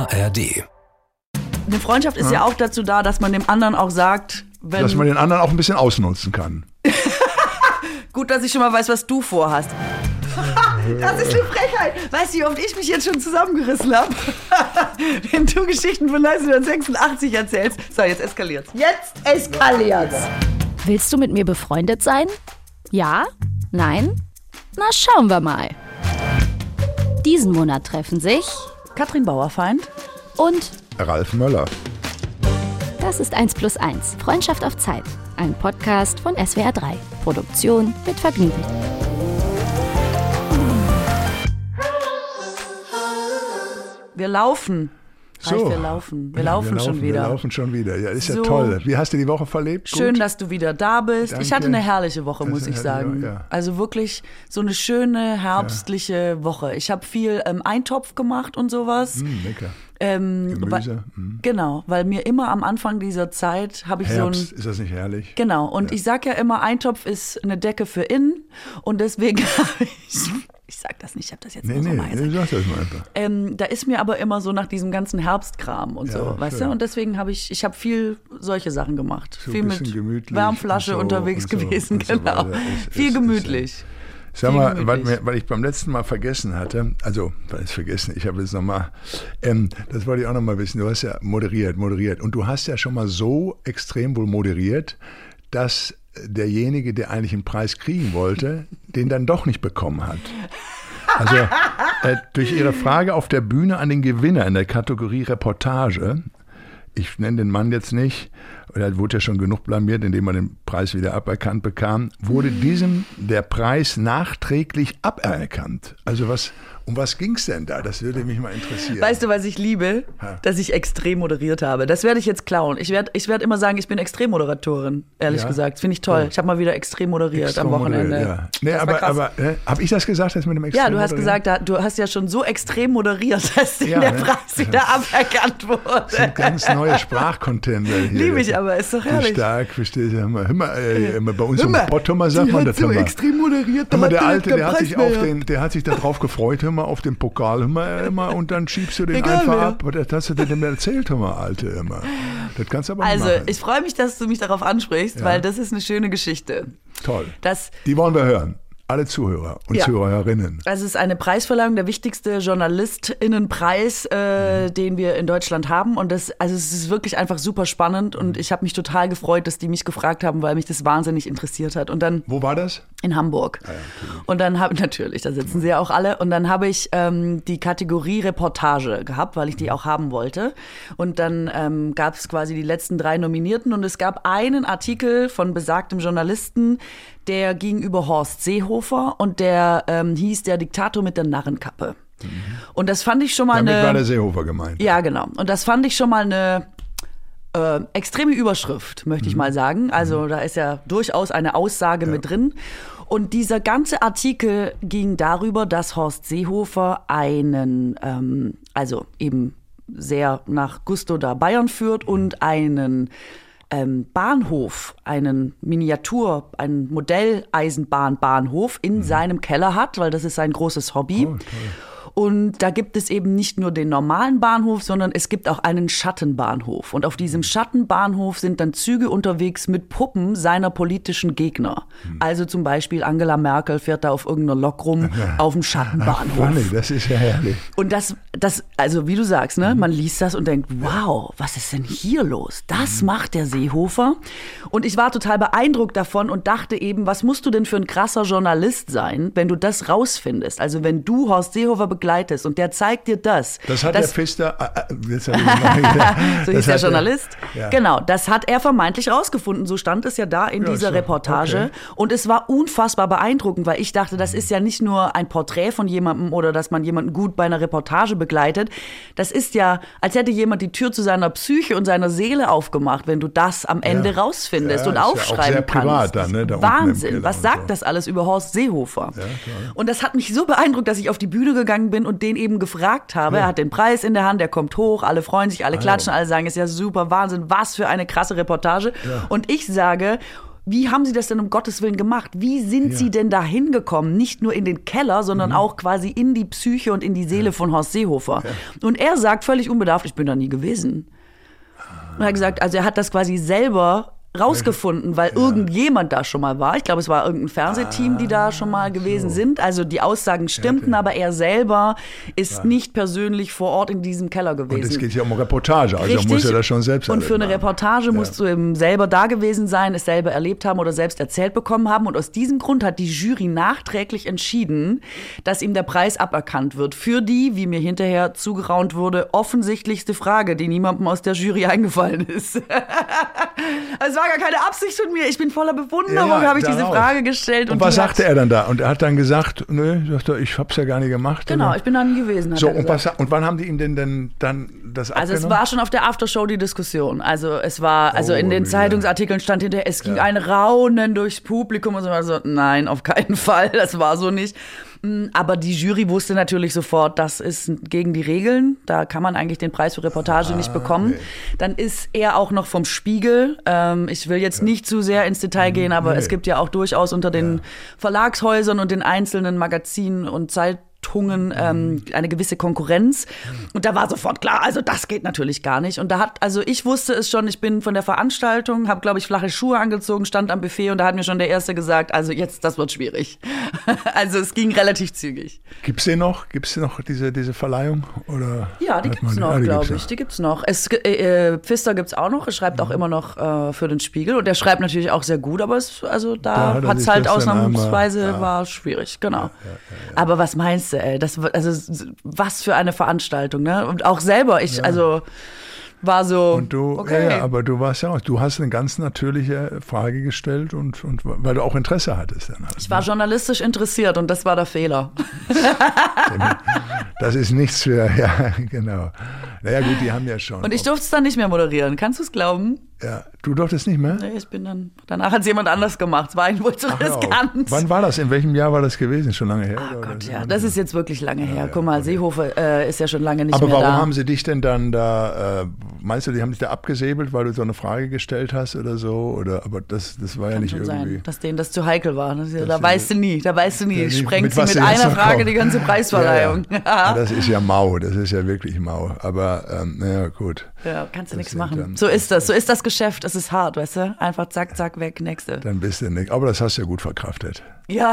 ARD. Eine Freundschaft ist ja auch dazu da, dass man dem anderen auch sagt, wenn... Dass man den anderen auch ein bisschen ausnutzen kann. Gut, dass ich schon mal weiß, was du vorhast. Das ist eine Frechheit. Weißt du, wie oft ich mich jetzt schon zusammengerissen habe? Wenn du Geschichten von 1986 erzählst. So, jetzt eskaliert's. Jetzt eskaliert's. Willst du mit mir befreundet sein? Ja? Nein? Na, schauen wir mal. Diesen Monat treffen sich Katrin Bauerfeind und Ralf Möller. das ist 1+1. Freundschaft auf Zeit. Ein Podcast von SWR 3. Produktion mit Vergnügen. wir laufen. So. Wir laufen schon wieder. Wir laufen schon wieder. Ja, ist So. ja toll. Wie hast du die Woche verlebt? Schön, Gut? dass du wieder da bist. Danke. Ich hatte eine herrliche Woche, muss ich Ja, sagen. ja. Also wirklich so eine schöne herbstliche Woche. Ich habe viel Eintopf gemacht und sowas. Lecker. Gemüse. Genau, weil mir immer am Anfang dieser Zeit habe ich Herbst, so ein... ist das nicht herrlich? Genau, und ich sag ja immer, Eintopf ist eine Decke für innen und deswegen habe ich sag das nicht, ich habe das jetzt nur so mal du gesagt. sagst das mal einfach. Da ist mir aber immer so nach diesem ganzen Herbstkram und Ja, so, weißt schön. du? Und deswegen habe ich habe viel solche Sachen gemacht. So viel ein mit bisschen gemütlich Wärmflasche und so unterwegs und so gewesen, und so genau. weiter. Viel Ist gemütlich. Sag Viel mal, gemütlich. weil ich beim letzten Mal vergessen hatte, ich habe jetzt nochmal, das wollte ich auch nochmal wissen, du hast ja moderiert und du hast ja schon mal so extrem wohl moderiert, dass derjenige, der eigentlich einen Preis kriegen wollte, den dann doch nicht bekommen hat. Also durch Ihre Frage auf der Bühne an den Gewinner in der Kategorie Reportage, ich nenne den Mann jetzt nicht, er wurde ja schon genug blamiert, indem er den Preis wieder aberkannt bekam, wurde diesem der Preis nachträglich aberkannt. Also um was ging es denn da? Das würde mich mal interessieren. Weißt du, was ich liebe? Dass ich extrem moderiert habe. Das werde ich jetzt klauen. Ich werd immer sagen, ich bin Extremmoderatorin, ehrlich Ja? gesagt. Finde ich toll. Oh. Ich habe mal wieder extrem moderiert am Wochenende. Ja. Nee, Das war krass. aber habe ich das gesagt, dass mit dem Extrem Ja, du hast gesagt, du hast ja schon so extrem moderiert, dass dir Ja, der ne? Preis wieder aberkannt Das sind wurde. ganz neue Sprachcontent. Liebe ich aber, ist doch herrlich. Stark, verstehst du? Hör mal, bei uns im Pott, hör mal, sagt man das. so Hör mal. extrem moderiert. Hör mal, der hat Alte, keinen der hat Preis sich mehr. der hat sich darauf gefreut, hör mal, auf den Pokal, hör mal, immer, und dann schiebst du den Egal einfach wer. ab. Das hast du dem erzählt, hör mal, Alte, immer. Das kannst du aber nicht Also, machen. ich freue mich, dass du mich darauf ansprichst, Ja. weil das ist eine schöne Geschichte. Toll. Das Die wollen wir hören. Alle Zuhörer und Ja. Zuhörerinnen. Also es ist eine Preisverleihung, der wichtigste JournalistInnenpreis, den wir in Deutschland haben. Und es ist wirklich einfach super spannend. Und ich habe mich total gefreut, dass die mich gefragt haben, weil mich das wahnsinnig interessiert hat. Und dann Wo war das? in Hamburg. Und dann natürlich, da sitzen sie ja auch alle. Und dann habe ich die Kategorie Reportage gehabt, weil ich die auch haben wollte. Und dann gab es quasi die letzten 3 Nominierten. Und es gab einen Artikel von besagtem Journalisten, der ging über Horst Seehofer und der hieß Der Diktator mit der Narrenkappe. Und das fand ich schon mal Damit war der eine... Seehofer gemeint. Ja, genau. Und das fand ich schon mal eine extreme Überschrift, möchte ich mal sagen. Also da ist ja durchaus eine Aussage mit drin. Und dieser ganze Artikel ging darüber, dass Horst Seehofer einen, also eben sehr nach Gusto da Bayern führt und einen Bahnhof, einen Modelleisenbahnbahnhof in seinem Keller hat, weil das ist sein großes Hobby. Oh, toll. Und da gibt es eben nicht nur den normalen Bahnhof, sondern es gibt auch einen Schattenbahnhof. Und auf diesem Schattenbahnhof sind dann Züge unterwegs mit Puppen seiner politischen Gegner. Also zum Beispiel Angela Merkel fährt da auf irgendeiner Lok rum auf dem Schattenbahnhof. Funny, das ist ja herrlich. Und das, also wie du sagst, ne, man liest das und denkt, wow, was ist denn hier los? Das macht der Seehofer. Und ich war total beeindruckt davon und dachte eben, was musst du denn für ein krasser Journalist sein, wenn du das rausfindest? Also wenn du Horst Seehofer begleitest und der zeigt dir das. Das hat der Pfister, so hieß der Journalist. Ja. Genau, das hat er vermeintlich rausgefunden. So stand es ja da in dieser so, Reportage. okay. Und es war unfassbar beeindruckend, weil ich dachte, das ist ja nicht nur ein Porträt von jemandem oder dass man jemanden gut bei einer Reportage begleitet. Das ist ja, als hätte jemand die Tür zu seiner Psyche und seiner Seele aufgemacht, wenn du das am Ende rausfindest und ist ja auch aufschreiben sehr privat kannst. dann, ne, da unten im Wahnsinn, Keller was und sagt so. das alles über Horst Seehofer? Ja, klar. Und das hat mich so beeindruckt, dass ich auf die Bühne gegangen bin und den eben gefragt habe. Er hat den Preis in der Hand, der kommt hoch, alle freuen sich, alle klatschen, alle sagen, ist ja super, Wahnsinn, was für eine krasse Reportage. Ja. Und ich sage, Wie haben Sie das denn um Gottes Willen gemacht? Wie sind Sie denn da hingekommen? Nicht nur in den Keller, sondern auch quasi in die Psyche und in die Seele von Horst Seehofer. Ja. Und er sagt völlig unbedarft, ich bin da nie gewesen. Und er hat gesagt, also er hat das quasi selber rausgefunden, weil irgendjemand da schon mal war. Ich glaube, es war irgendein Fernsehteam, die da schon mal gewesen sind. Also die Aussagen stimmten, aber er selber ist nicht persönlich vor Ort in diesem Keller gewesen. Und es geht ja um Reportage, also Richtig. muss er das schon selbst Und für eine Reportage musst du eben selber da gewesen sein, es selber erlebt haben oder selbst erzählt bekommen haben. Und aus diesem Grund hat die Jury nachträglich entschieden, dass ihm der Preis aberkannt wird. Für die, wie mir hinterher zugeraunt wurde, offensichtlichste Frage, die niemandem aus der Jury eingefallen ist. Es war gar keine Absicht von mir. Ich bin voller Bewunderung, habe ich diese Frage gestellt. Und was sagte er dann da? Und er hat dann gesagt, nö, ich hab's ja gar nicht gemacht. Genau, oder? Ich bin da nie gewesen. So, und wann haben die ihm denn dann das abgenommen? Also es war schon auf der Aftershow die Diskussion. Also es war, in den Zeitungsartikeln stand hinterher, es ging ein Raunen durchs Publikum und so. Also nein, auf keinen Fall, das war so nicht. Aber die Jury wusste natürlich sofort, das ist gegen die Regeln. Da kann man eigentlich den Preis für Reportage nicht bekommen. Nee. Dann ist er auch noch vom Spiegel. Ich will jetzt nicht zu sehr ins Detail gehen, aber es gibt ja auch durchaus unter den Verlagshäusern und den einzelnen Magazinen und Zeitungen eine gewisse Konkurrenz. Und da war sofort klar, also das geht natürlich gar nicht. Und ich wusste es schon, ich bin von der Veranstaltung, habe, glaube ich, flache Schuhe angezogen, stand am Buffet und da hat mir schon der Erste gesagt, also jetzt, das wird schwierig. Also es ging relativ zügig. Gibt's den noch? Gibt's noch diese Verleihung? Oder ja, die gibt's noch, glaube ich. Die gibt's noch. Pfister gibt's auch noch. Er schreibt auch immer noch für den Spiegel. Und der schreibt natürlich auch sehr gut, aber da hat's halt ausnahmsweise war schwierig. Genau. Ja. Aber was meinst du, ey? Was für eine Veranstaltung, ne? Und auch selber, war so, und du, okay. Aber du warst ja auch, du hast eine ganz natürliche Frage gestellt und weil du auch Interesse hattest. Dann halt, ich war journalistisch interessiert und das war der Fehler. Das ist nichts für, ja, genau. Naja gut, die haben ja schon. Und ich durfte es dann nicht mehr moderieren, kannst du es glauben? Ja, du durftest nicht mehr? Nee, danach hat es jemand anders gemacht, es war wohl zu riskant. Wann war das, in welchem Jahr war das gewesen, schon lange her? Oh Gott, ja, das ist jetzt wirklich lange her. Guck mal, Seehofer ist ja schon lange nicht mehr da. Aber warum haben sie dich denn dann da, meinst du, die haben dich da abgesäbelt, weil du so eine Frage gestellt hast oder so? Aber das war ja nicht irgendwie. Kann sein, dass denen das zu heikel war. Da weißt du nie. Sprengt sie mit einer Frage die ganze Preisverleihung. Ja, das ist ja mau, das ist ja wirklich mau. Aber, naja, gut. Ja, kannst du nichts machen. So ist das Geschäft, es ist hart, weißt du? Einfach zack, zack, weg, nächste. Dann bist du nicht. Aber das hast du ja gut verkraftet. Ja.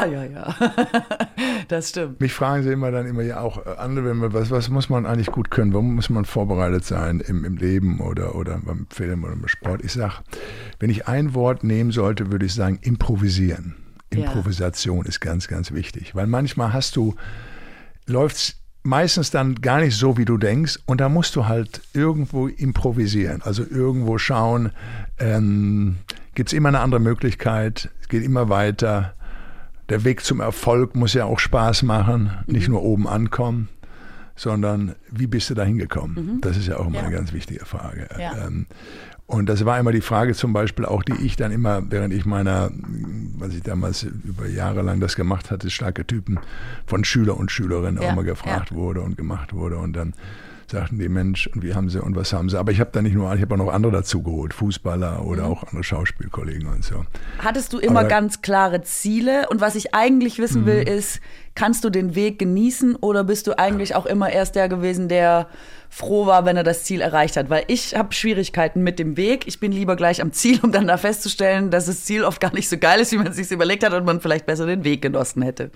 Das stimmt. Mich fragen sie immer auch andere, was muss man eigentlich gut können? Warum muss man vorbereitet sein im Leben oder beim Film oder beim Sport? Ich sag, wenn ich ein Wort nehmen sollte, würde ich sagen, improvisieren. Improvisation ist ganz, ganz wichtig. Weil manchmal läuft's meistens dann gar nicht so, wie du denkst. Und da musst du halt irgendwo improvisieren. Also irgendwo schauen, gibt es immer eine andere Möglichkeit. Es geht immer weiter. Der Weg zum Erfolg muss ja auch Spaß machen. Nicht nur oben ankommen, sondern wie bist du da hingekommen? Das ist ja auch immer eine ganz wichtige Frage. Ja. Und das war immer die Frage zum Beispiel auch, die ich dann immer, während ich was ich damals über Jahre lang das gemacht hatte, starke Typen von Schüler und Schülerinnen auch immer gefragt wurde und gemacht wurde. Und dann sagten die, Mensch, und wie haben sie und was haben sie? Aber ich habe da nicht nur, ich habe auch noch andere dazu geholt, Fußballer oder auch andere Schauspielkollegen und so. Hattest du immer ganz klare Ziele? Und was ich eigentlich wissen will, ist, kannst du den Weg genießen oder bist du eigentlich auch immer erst der gewesen, der froh war, wenn er das Ziel erreicht hat? Weil ich habe Schwierigkeiten mit dem Weg. Ich bin lieber gleich am Ziel, um dann da festzustellen, dass das Ziel oft gar nicht so geil ist, wie man es sich überlegt hat und man vielleicht besser den Weg genossen hätte.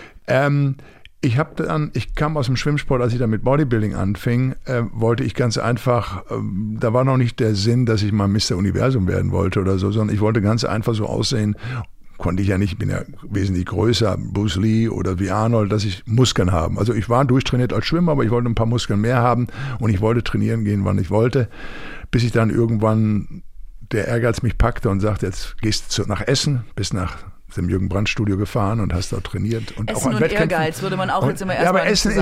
Ich kam aus dem Schwimmsport, als ich dann mit Bodybuilding anfing, wollte ich ganz einfach, da war noch nicht der Sinn, dass ich mal Mr. Universum werden wollte oder so, sondern ich wollte ganz einfach so aussehen, konnte ich ja nicht, ich bin ja wesentlich größer, Bruce Lee oder wie Arnold, dass ich Muskeln habe. Also ich war durchtrainiert als Schwimmer, aber ich wollte ein paar Muskeln mehr haben und ich wollte trainieren gehen, wann ich wollte, bis ich dann irgendwann der Ehrgeiz mich packte und sagte, jetzt gehst du nach Essen, bis nach dem Jürgen Brandt Studio gefahren und hast dort trainiert. Und Essen auch und Ehrgeiz würde man auch jetzt immer erstmal. Ja, aber Essen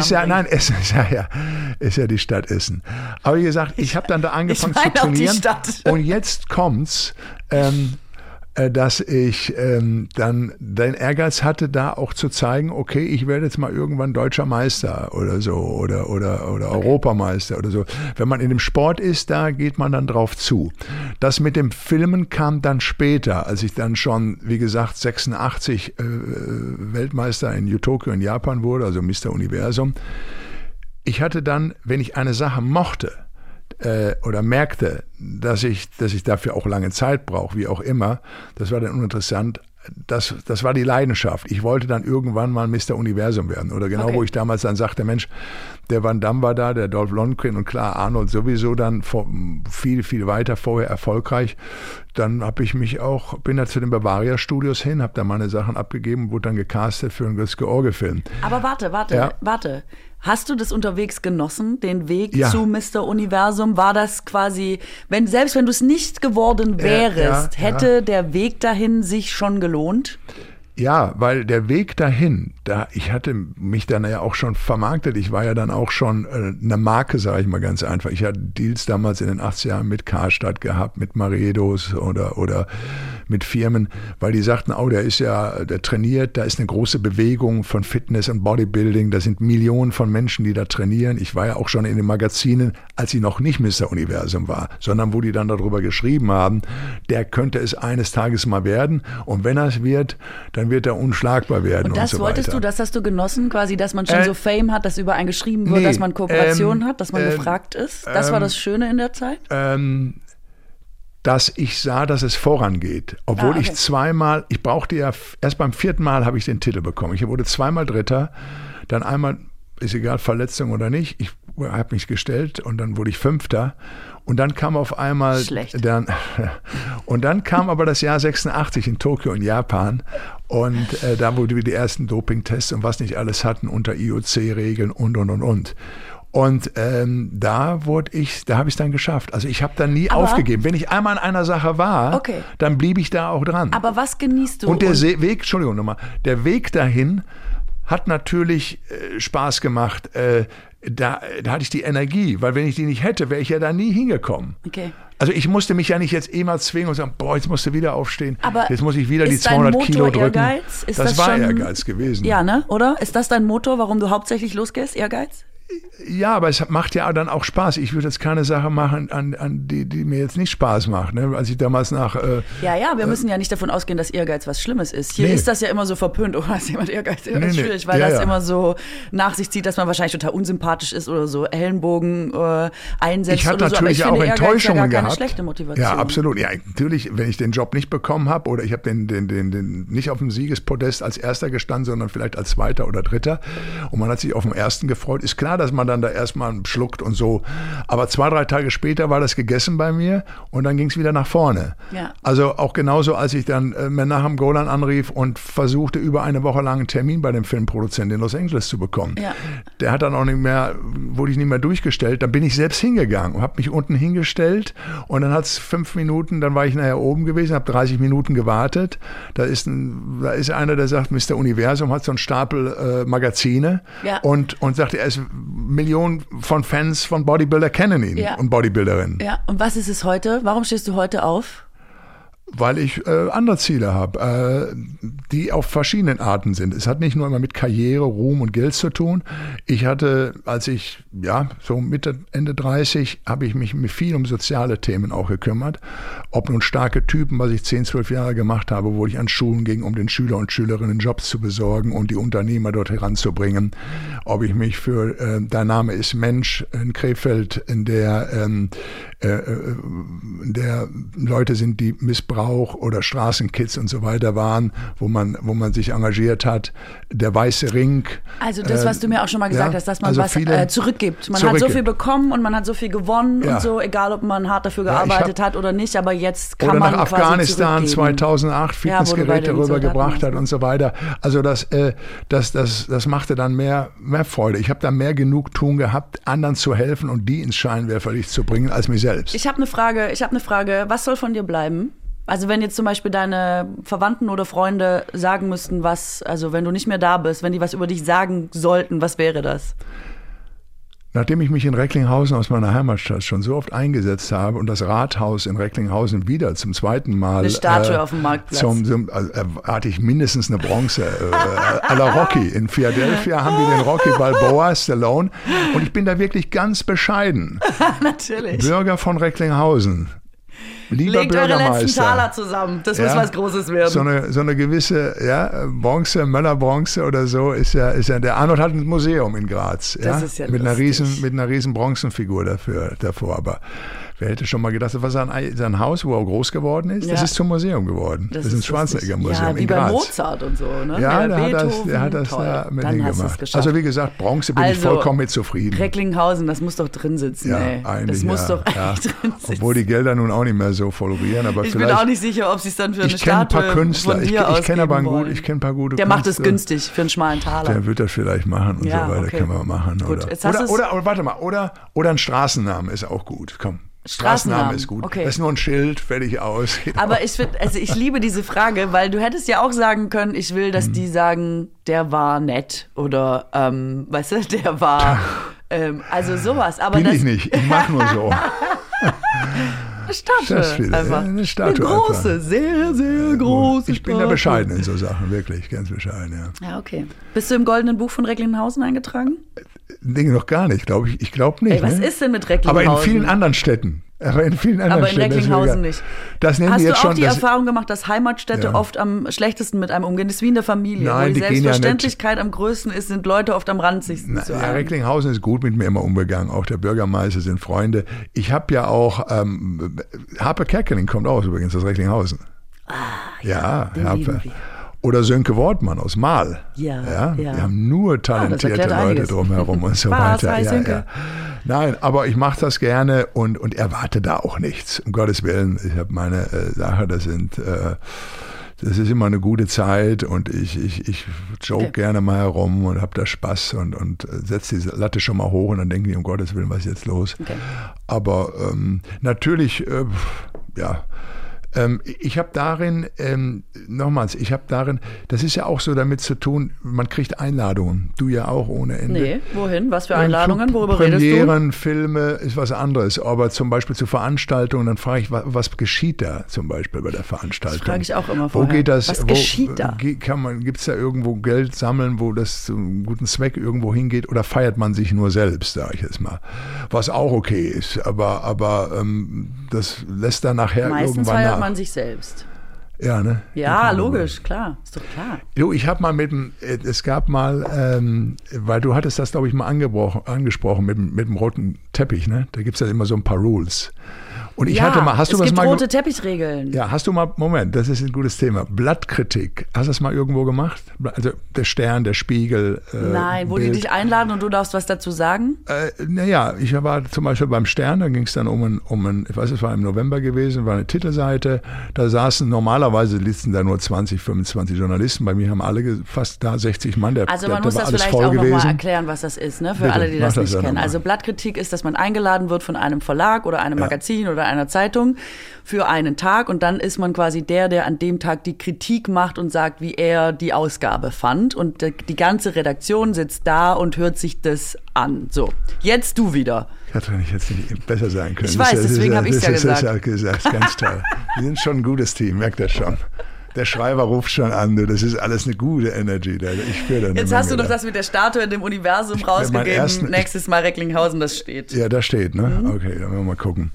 ist ja die Stadt Essen. Aber wie gesagt, ich habe dann da angefangen zu trainieren. Und jetzt kommt's. dass ich dann den Ehrgeiz hatte, da auch zu zeigen, okay, ich werde jetzt mal irgendwann deutscher Meister oder so oder Europameister oder so. Wenn man in dem Sport ist, da geht man dann drauf zu. Das mit dem Filmen kam dann später, als ich dann schon, wie gesagt, 86 Weltmeister in Tokio in Japan wurde, also Mr. Universum. Ich hatte dann, wenn ich eine Sache mochte, oder merkte, dass ich dafür auch lange Zeit brauche, wie auch immer, das war dann uninteressant. Das war die Leidenschaft. Ich wollte dann irgendwann mal Mr. Universum werden. Oder genau, wo ich damals dann sagte, Mensch, der Van Damme war da, der Dolph Lundgren und klar, Arnold sowieso dann viel, viel weiter vorher erfolgreich. Dann bin da zu den Bavaria Studios hin, habe da meine Sachen abgegeben, wurde dann gecastet für einen Götz-George-Film. Aber warte. Hast du das unterwegs genossen, den Weg zu Mr. Universum? War das quasi, selbst wenn du es nicht geworden wärst, hätte der Weg dahin sich schon gelohnt? Ja, weil der Weg dahin, ich hatte mich dann ja auch schon vermarktet. Ich war ja dann auch schon eine Marke, sage ich mal ganz einfach. Ich hatte Deals damals in den 80er Jahren mit Karstadt gehabt, mit Maredos oder mit Firmen, weil die sagten, der trainiert, da ist eine große Bewegung von Fitness und Bodybuilding, da sind Millionen von Menschen, die da trainieren. Ich war ja auch schon in den Magazinen, als ich noch nicht Mr. Universum war, sondern wo die dann darüber geschrieben haben, der könnte es eines Tages mal werden und wenn er es wird, dann wird er unschlagbar werden und so weiter. Das hast du genossen, quasi, dass man schon so Fame hat, dass über einen geschrieben wird, dass man Kooperationen hat, dass man gefragt ist? Das war das Schöne in der Zeit? Dass ich sah, dass es vorangeht. Obwohl ich ich brauchte ja, erst beim 4. Mal habe ich den Titel bekommen. Ich wurde 2-mal Dritter, dann einmal, ist egal, Verletzung oder nicht, ich habe mich gestellt und dann wurde ich 5. Und dann kam auf einmal, und dann kam aber das Jahr 86 in Tokio in Japan und da, wo wir die ersten Dopingtests und was nicht alles hatten unter IOC-Regeln und. Und da habe ich es dann geschafft. Also ich habe dann nie aufgegeben. Wenn ich einmal an einer Sache war, dann blieb ich da auch dran. Aber was genießt du? Und der Weg dahin hat natürlich Spaß gemacht. Da hatte ich die Energie, weil wenn ich die nicht hätte, wäre ich ja da nie hingekommen. Okay. Also ich musste mich ja nicht jetzt mal zwingen und sagen, jetzt musst du wieder aufstehen, aber jetzt muss ich wieder die 200 Kilo drücken. Ehrgeiz? Das war Ehrgeiz gewesen. Ja, ne? Oder? Ist das dein Motor, warum du hauptsächlich losgehst, Ehrgeiz? Ja, aber es macht ja dann auch Spaß. Ich würde jetzt keine Sache machen, die mir jetzt nicht Spaß macht. Ne? Als ich damals wir müssen ja nicht davon ausgehen, dass Ehrgeiz was Schlimmes ist. Hier ist das ja immer so verpönt. Ist jemand Ehrgeiz? Das ist schwierig, weil das immer so nach sich zieht, dass man wahrscheinlich total unsympathisch ist oder so Ellenbogen einsetzt. Ich hatte oder so. natürlich auch Enttäuschungen gehabt. Keine schlechte Motivation. Ja, absolut. Ja, natürlich, wenn ich den Job nicht bekommen habe oder ich habe den nicht auf dem Siegespodest als Erster gestanden, sondern vielleicht als Zweiter oder Dritter und man hat sich auf den Ersten gefreut, ist klar, dass man dann da erstmal schluckt und so. Aber 2-3 Tage später war das gegessen bei mir und dann ging es wieder nach vorne. Ja. Also auch genauso, als ich dann Menachem Golan anrief und versuchte, über eine Woche lang einen Termin bei dem Filmproduzenten in Los Angeles zu bekommen. Ja. Der hat dann auch wurde ich nicht mehr durchgestellt. Dann bin ich selbst hingegangen und habe mich unten hingestellt und dann hat es 5 Minuten, dann war ich nachher oben gewesen, habe 30 Minuten gewartet. Da ist einer, der sagt, Mr. Universum hat so einen Stapel Magazine und sagt, er ist Millionen von Fans von Bodybuilder kennen ihn und Bodybuilderinnen. Ja, und was ist es heute? Warum stehst du heute auf? Weil ich andere Ziele habe, die auf verschiedenen Arten sind. Es hat nicht nur immer mit Karriere, Ruhm und Geld zu tun. Ich hatte, als ich so Mitte, Ende 30, habe ich mich viel um soziale Themen auch gekümmert. Ob nun starke Typen, was ich 10, 12 Jahre gemacht habe, wo ich an Schulen ging, um den Schüler und Schülerinnen Jobs zu besorgen und die Unternehmer dort heranzubringen. Ob ich mich für Dein Name ist Mensch in Krefeld, in der Leute sind, die Missbrauch oder Straßenkids und so weiter waren, wo man sich engagiert hat. Der Weiße Ring. Also das, was du mir auch schon mal gesagt hast, dass man zurückgibt. Man hat so viel bekommen und man hat so viel gewonnen und so, egal ob man hart dafür gearbeitet hat oder nicht, aber jetzt kann man quasi Afghanistan 2008 Fitnessgeräte rübergebracht hat und so weiter. Also das machte dann mehr Freude. Ich habe da mehr Genugtuung gehabt, anderen zu helfen und die ins Scheinwerferlicht zu bringen, als mir selbst. Ich habe eine Frage. Was soll von dir bleiben? Also wenn jetzt zum Beispiel deine Verwandten oder Freunde sagen müssten, wenn du nicht mehr da bist, wenn die was über dich sagen sollten, was wäre das? Nachdem ich mich in Recklinghausen aus meiner Heimatstadt schon so oft eingesetzt habe und das Rathaus in Recklinghausen wieder zum zweiten Mal eine Statue auf dem Marktplatz. Hatte ich mindestens eine Bronze à la Rocky. In Philadelphia haben die den Rocky Balboa, Stallone. Und ich bin da wirklich ganz bescheiden. Natürlich. Bürger von Recklinghausen. Lieber Legt eure Bürgermeister. letzten Taler zusammen. Das muss was Großes werden. So eine gewisse Bronze, Möller-Bronze oder so ist ja. Der Arnold hat ein Museum in Graz. Das ist ja mit einer riesen Bronzenfigur davor. Aber wer hätte schon mal gedacht, das war sein Haus, wo er groß geworden ist, das ist zum Museum geworden. Das ist ein Schwarzenegger-Museum in Graz. Wie bei Mozart und so, ne? Ja, der hat das da mit ihm gemacht. Also wie gesagt, Bronze bin ich vollkommen mit zufrieden. Recklinghausen, das muss doch drin sitzen, ey. Eigentlich, das muss doch eigentlich drin sitzen. Obwohl die Gelder nun auch nicht mehr so florieren, aber ich bin auch nicht sicher, ob sie es dann für eine Statue von dir ich kenne ein paar gute Künstler. Der macht es günstig für einen schmalen Taler. Der wird das vielleicht machen und so weiter, okay. können wir machen. Gut, oder ein Straßennamen ist auch gut, komm. Straßenname ist gut. Okay. Das ist nur ein Schild, fertig aus. Genau. Aber ich liebe diese Frage, weil du hättest ja auch sagen können, ich will, dass die sagen, der war nett oder, weißt du, der war, also sowas. Aber bin ich nicht, ich mach nur so. Eine Statue einfach. Eine Statue. Eine große, einfach. sehr, sehr große Ich bin da bescheiden in so Sachen, wirklich, ganz bescheiden, ja. Ja, okay. Bist du im Goldenen Buch von Recklinghausen eingetragen? Dinge noch gar nicht, glaube ich. Ich glaube nicht. Ey, was ist denn mit Recklinghausen? Aber in vielen anderen Städten. Aber in Recklinghausen nicht. Das nennen Hast wir du jetzt auch schon, die Erfahrung gemacht, dass Heimatstädte oft am schlechtesten mit einem umgehen? Das ist wie in der Familie, Nein, wo die Selbstverständlichkeit ja am größten ist, sind Leute oft am ranzigsten zu haben. Recklinghausen ist gut mit mir immer umgegangen. Auch der Bürgermeister sind Freunde. Ich habe ja auch, Harpe Kerkeling kommt auch übrigens aus Recklinghausen. Harpe. Oder Sönke Wortmann aus Mahl. Ja. Wir haben nur talentierte Leute drumherum und so weiter. Ja. Nein, aber ich mache das gerne und erwarte da auch nichts. Um Gottes Willen, ich habe meine Sache, das ist immer eine gute Zeit und ich joke gerne mal herum und habe da Spaß und setze die Latte schon mal hoch und dann denke ich, um Gottes Willen, was ist jetzt los? Okay. Aber natürlich, ich habe darin, das ist ja auch so damit zu tun, man kriegt Einladungen. Du ja auch ohne Ende. Nee, wohin? Was für Einladungen? Worüber redest du? Premieren, Filme ist was anderes. Aber zum Beispiel zu Veranstaltungen, dann frage ich, was geschieht da zum Beispiel bei der Veranstaltung? Das frage ich auch immer vorher. Wo geht das? Was geschieht da? Gibt es da irgendwo Geld sammeln, wo das zu einem guten Zweck irgendwo hingeht? Oder feiert man sich nur selbst, sage ich jetzt mal? Was auch okay ist. Aber das lässt dann nachher meistens irgendwann feiert nach. Man sich selbst. Ja, ne? Ja, logisch, klar. Ist doch klar. Du, ich habe mal es gab mal, weil du hattest das, glaube ich, mal angesprochen mit dem roten Teppich, ne? Da gibt es ja immer so ein paar Rules. Und ich hatte mal, es gibt rote Teppichregeln. Ja, hast du mal, Moment, das ist ein gutes Thema. Blattkritik, hast du das mal irgendwo gemacht? Also der Stern, der Spiegel. Nein, wo Bild. die dich einladen und du darfst was dazu sagen? Naja, ich war zum Beispiel beim Stern, da ging es dann um ich weiß, es war im November gewesen, war eine Titelseite, da normalerweise sitzen da nur 20, 25 Journalisten, bei mir haben alle fast da 60 Mann, also man muss das vielleicht auch nochmal erklären, was das ist, ne? Für Bitte, alle, die das nicht kennen. Also Blattkritik ist, dass man eingeladen wird von einem Verlag oder einem Magazin oder einer Zeitung für einen Tag und dann ist man quasi der an dem Tag die Kritik macht und sagt, wie er die Ausgabe fand und die ganze Redaktion sitzt da und hört sich das an. So, jetzt du wieder. Ich hätte jetzt nicht besser sein können. Ich weiß, deswegen habe ich es ja gesagt. Das ist ganz toll. Wir sind schon ein gutes Team, merkt das schon. Der Schreiber ruft schon an, das ist alles eine gute Energy. Ich spüre da. Jetzt hast du noch das mit der Statue in dem Universum rausgegeben. Nächstes Mal Recklinghausen, das steht. Ja, das steht, ne? Okay, dann werden wir mal gucken.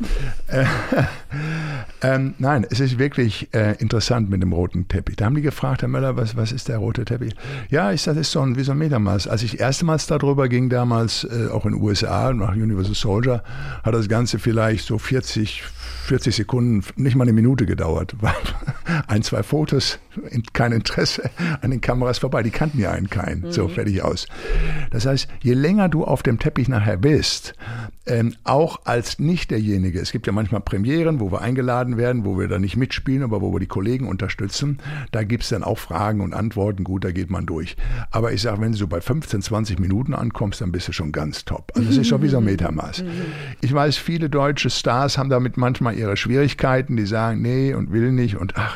Nein, es ist wirklich interessant mit dem roten Teppich. Da haben die gefragt, Herr Möller, was ist der rote Teppich? Ja, das ist wie so ein Metermaß. Als ich erstmals darüber ging, damals auch in den USA, nach Universal Soldier, hat das Ganze vielleicht so 40 Sekunden, nicht mal eine Minute gedauert. Ein, zwei Fotos, kein Interesse an den Kameras vorbei. Die kannten ja einen keinen. So, fertig aus. Das heißt, je länger du auf dem Teppich nachher bist, auch als nicht derjenige, es gibt ja manchmal Premieren, wo wir eingeladen werden, wo wir da nicht mitspielen, aber wo wir die Kollegen unterstützen, da gibt es dann auch Fragen und Antworten, gut, da geht man durch. Aber ich sage, wenn du so bei 15, 20 Minuten ankommst, dann bist du schon ganz top. Also es ist schon wie so ein Metermaß. Ich weiß, viele deutsche Stars haben damit manchmal ihre Schwierigkeiten, die sagen, nee und will nicht und ach,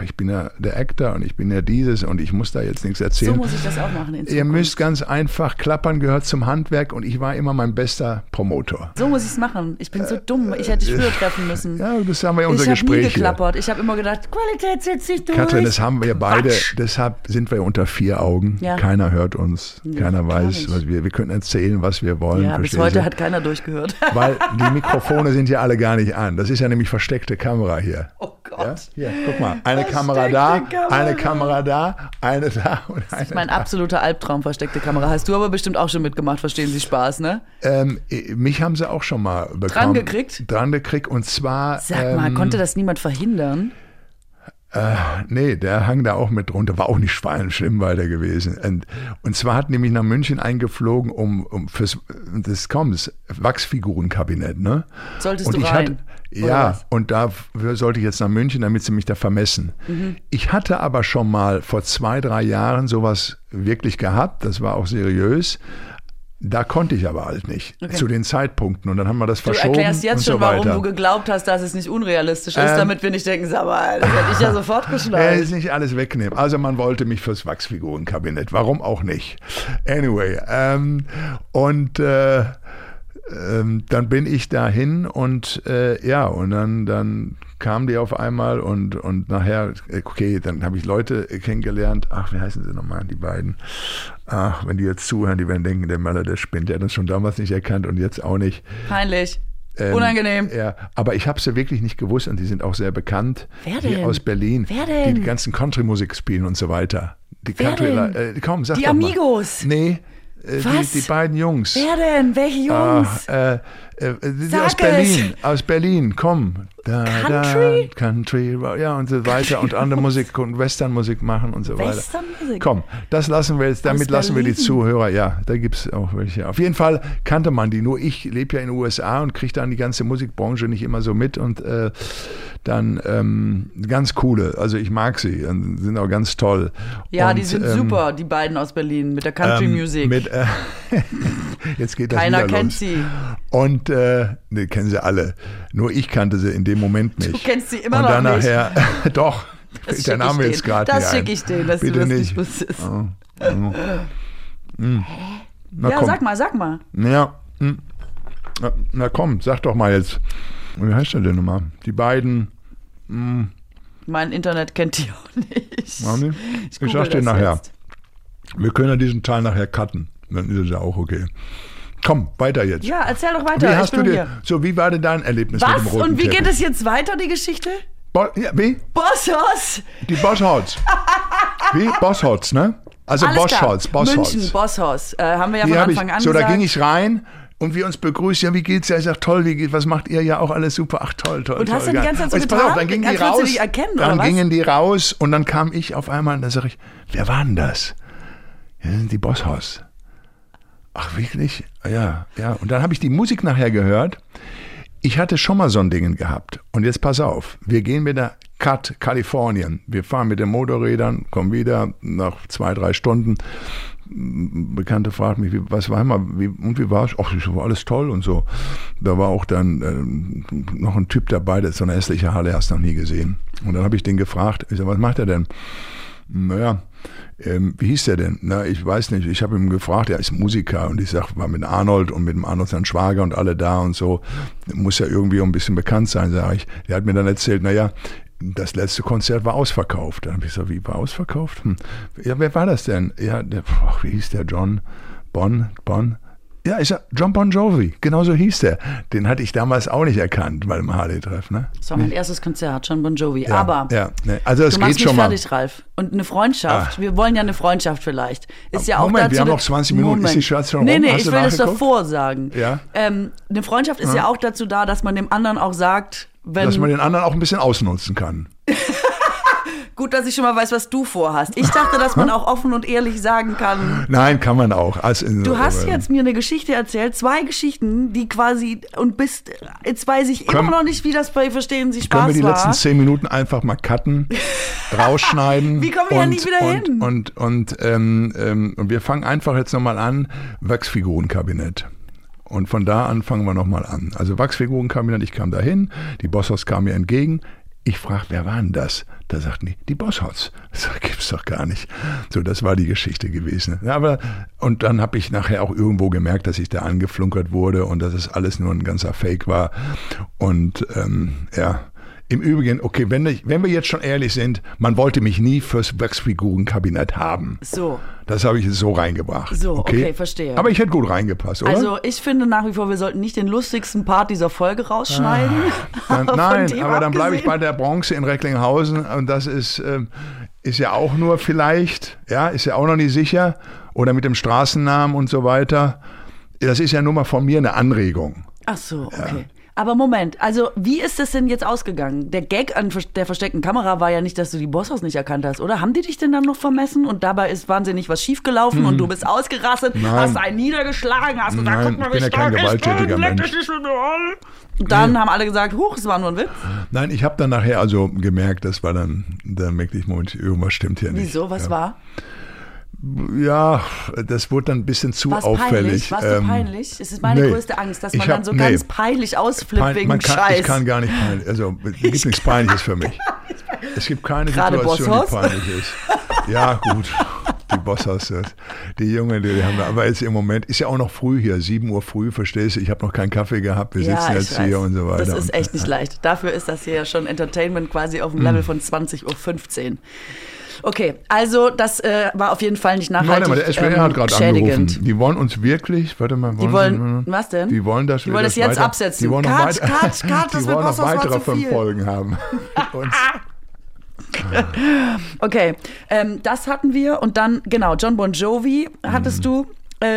ich bin ja der Actor und ich bin ja dieses und ich muss da jetzt nichts erzählen. So muss ich das auch machen in Zukunft. Ihr müsst ganz einfach, Klappern gehört zum Handwerk und ich war immer mein bester Promotor. So muss ich es machen. Ich bin so dumm. Ich hätte dich früher treffen müssen. Ja, das haben wir ja unser Gespräch Ich habe nie hier. geklappert. Ich habe immer gedacht, Qualität setzt sich durch. Katrin, das haben wir beide, Quatsch. deshalb sind wir unter 4 Augen. Ja. Keiner hört uns, keiner klar weiß, nicht. was wir können erzählen, was wir wollen. Ja, bis verstehst heute du? hat keiner durchgehört. Weil die Mikrofone sind ja alle gar nicht an. Das ist ja nämlich versteckte Kamera hier. Oh Gott. Ja? Hier, guck mal, eine Versteckte Kamera da, Kamera. eine Kamera da, eine da und eine Das ist mein da. absoluter Albtraum, versteckte Kamera. Hast du aber bestimmt auch schon mitgemacht, verstehen Sie Spaß, ne? Mich haben sie auch schon mal bekommen. Dran gekriegt? Und zwar... Sag mal, konnte das niemand verhindern? Nee, der hang da auch mit drunter, war auch nicht schlimm weiter gewesen. Und zwar hat nämlich nach München eingeflogen, um fürs das Wachsfigurenkabinett, ne? Solltest und du ich rein? Ja, und dafür sollte ich jetzt nach München, damit sie mich da vermessen. Ich hatte aber schon mal vor 2-3 Jahren sowas wirklich gehabt, das war auch seriös. Da konnte ich aber halt nicht, zu den Zeitpunkten. Und dann haben wir das verschoben. Du erklärst jetzt und schon, so warum weiter. du geglaubt hast, dass es nicht unrealistisch ist, damit wir nicht denken, sag mal, das hätte ich ja sofort geschnallt. Ist nicht alles wegnehmen. Also man wollte mich fürs Wachsfigurenkabinett. Warum auch nicht? Anyway. Dann bin ich dahin und und dann kamen die auf einmal und nachher, okay, dann habe ich Leute kennengelernt. Ach, wie heißen sie nochmal, die beiden? Ach, wenn die jetzt zuhören, die werden denken, der Möller, der spinnt. Der hat uns schon damals nicht erkannt und jetzt auch nicht. Peinlich. Unangenehm. Ja, aber ich habe sie wirklich nicht gewusst und die sind auch sehr bekannt. Wer Die denn? aus Berlin. Wer denn? Die ganzen Country-Musik spielen und so weiter. Die Wer Country, denn? komm, sag Die doch mal. Amigos. Nee, Was? die beiden Jungs. Wer denn? Welche Jungs? Aus Berlin, aus Berlin, komm. Country? Country, ja und so weiter und andere Musik und Westernmusik machen und so weiter. Westernmusik? Komm, das lassen wir jetzt, damit lassen wir die Berlin? Zuhörer, ja, da gibt es auch welche. Auf jeden Fall kannte man die, nur ich lebe ja in den USA und kriege dann die ganze Musikbranche nicht immer so mit und dann ganz coole, also ich mag sie, sind auch ganz toll. Ja, und, die sind super, die beiden aus Berlin mit der Country Music. Jetzt geht das Keiner wieder kennt los. sie. Und ne, kennen sie alle. Nur ich kannte sie in dem Moment nicht. Du kennst sie immer und noch dann nicht. nachher, doch, Das der Name schick ich jetzt denen. gerade Das schicke ich denen, dass Bitte du das nicht. nicht wusstest. Na, Ja, komm. sag mal. Ja, na komm, sag doch mal jetzt. Wie heißt der denn nochmal? Die beiden. Mein Internet kennt die auch nicht. Mami? Ich google sag dir das nachher. jetzt. Wir können ja diesen Teil nachher cutten. Dann ist es ja auch okay. Komm, weiter jetzt. Ja, erzähl doch Wie weiter. Ich hast du bin dir, hier. so wie war denn dein Erlebnis mit dem Was? roten Und wie Teppich? geht es jetzt weiter, die Geschichte? Ja, wie? Bosshaus! Die Bossholz. Wie? Bossholz, ne? Also Alles klar. Bossholz. München, Bosshaus. Haben wir ja Die von hab Anfang an so, gesagt. da ging ich rein und wir uns begrüßen. Ja, wie geht's? Ja, ich sag, toll, wie geht's? Was macht ihr? Ja, auch alles super. Ach, toll. Und hast du die ganze Zeit so Und jetzt pass auf, getan, dann gingen die als würdest du raus. dich erkennen, Dann oder was? gingen die raus und dann kam ich auf einmal und dann sage ich, wer war denn das? Ja, das sind die Bosshaus. Ach, wirklich? Ja. Und dann habe ich die Musik nachher gehört. Ich hatte schon mal so ein Ding gehabt. Und jetzt pass auf, wir gehen mit der Cut Kalifornien. Wir fahren mit den Motorrädern, kommen wieder nach 2-3 Stunden. Bekannte fragt mich, wie war es? Ach, das war alles toll und so. Da war auch dann noch ein Typ dabei, der ist so eine hässliche Halle, hast du noch nie gesehen. Und dann habe ich den gefragt, ich sag, was macht er denn? Naja, wie hieß der denn? Na, ich weiß nicht. Ich habe ihn gefragt, er ist Musiker und ich sag, war mit Arnold und mit dem Arnold sein Schwager und alle da und so. Muss ja irgendwie ein bisschen bekannt sein, sage ich. Der hat mir dann erzählt, naja, das letzte Konzert war ausverkauft. Dann habe ich gesagt, wie war ausverkauft? Ja, wer war das denn? Ja, wie hieß der? John Bon? Ja, ich sag, John Bon Jovi, genau so hieß der. Den hatte ich damals auch nicht erkannt bei dem Harley-Treff, ne? Das war mein erstes Konzert, John Bon Jovi. Ja, Aber ja, ne. Also das du geht machst mich schon mal. fertig, Ralf. Und eine Freundschaft, wir wollen ja eine Freundschaft vielleicht. Ist ja auch Moment, dazu, wir haben noch 20 Minuten. Ist die Schatz schon rum? Nee, Hast ich du will das nachgeguckt? davor sagen. Ja. Eine Freundschaft ist ja auch dazu da, dass man dem anderen auch sagt, wenn... Dass man den anderen auch ein bisschen ausnutzen kann. Gut, dass ich schon mal weiß, was du vorhast. Ich dachte, dass man auch offen und ehrlich sagen kann. Nein, kann man auch. Du hast jetzt mir eine Geschichte erzählt, 2 Geschichten, die quasi, jetzt weiß ich immer noch nicht, wie das bei Verstehen Sie Spaß war. Können wir die letzten 10 Minuten einfach mal cutten, rausschneiden. Wie kommen wir ja nie wieder hin? Und wir fangen einfach jetzt nochmal an, Wachsfigurenkabinett. Und von da an fangen wir nochmal an. Also Wachsfigurenkabinett, ich kam dahin, die Bosshaus kamen mir entgegen. Ich frage, wer war denn das? Da sagten die Bosshaus. Das gibt's doch gar nicht. So, das war die Geschichte gewesen. Ja, und dann habe ich nachher auch irgendwo gemerkt, dass ich da angeflunkert wurde und dass es alles nur ein ganzer Fake war. Und im Übrigen, okay, wenn wir jetzt schon ehrlich sind, man wollte mich nie fürs Wachsfigurenkabinett haben. So. Das habe ich jetzt so reingebracht. So, okay, verstehe. Aber ich hätte gut reingepasst, oder? Also ich finde nach wie vor, wir sollten nicht den lustigsten Part dieser Folge rausschneiden. Nein, aber dann bleibe ich bei der Bronze in Recklinghausen und das ist ja auch nur vielleicht, ist ja auch noch nicht sicher, oder mit dem Straßennamen und so weiter. Das ist ja nur mal von mir eine Anregung. Ach so, okay. Ja. Aber Moment, also wie ist das denn jetzt ausgegangen? Der Gag an der versteckten Kamera war ja nicht, dass du die Bosshaus nicht erkannt hast, oder? Haben die dich denn dann noch vermessen und dabei ist wahnsinnig was schiefgelaufen und du bist ausgerastet, hast einen niedergeschlagen, hast gesagt, guck mal, wie stark ich bin, leck dich nicht mit mir an. Und dann haben alle gesagt, huch, es war nur ein Witz. Nein, ich habe dann nachher also gemerkt, das war dann merkte ich, Moment, irgendwas stimmt hier nicht. Wieso, was war? Ja, das wurde dann ein bisschen zu auffällig. Warst du peinlich? Es ist meine größte Angst, dass man dann so ganz peinlich ausflippt wegen Scheiß. Ich kann gar nicht peinlich, also es gibt nichts Peinliches für mich. Es gibt keine Situation, die peinlich ist. Ja, gut, die Bosshaus, die Junge, die haben wir, aber jetzt im Moment, ist ja auch noch früh hier, 7 Uhr früh, verstehst du, ich habe noch keinen Kaffee gehabt, wir sitzen jetzt hier und so weiter. Das ist echt nicht leicht. Dafür ist das hier ja schon Entertainment quasi auf dem Level von 20.15 Uhr. Okay, also das war auf jeden Fall nicht nachhaltig. Warte mal, der SWR hat gerade angerufen. Die wollen uns wirklich, was denn? Die wollen das jetzt absetzen. Die wollen noch, Cut, die wollen noch weitere 5 Folgen haben. Okay, das hatten wir und dann, genau, John Bon Jovi hattest du.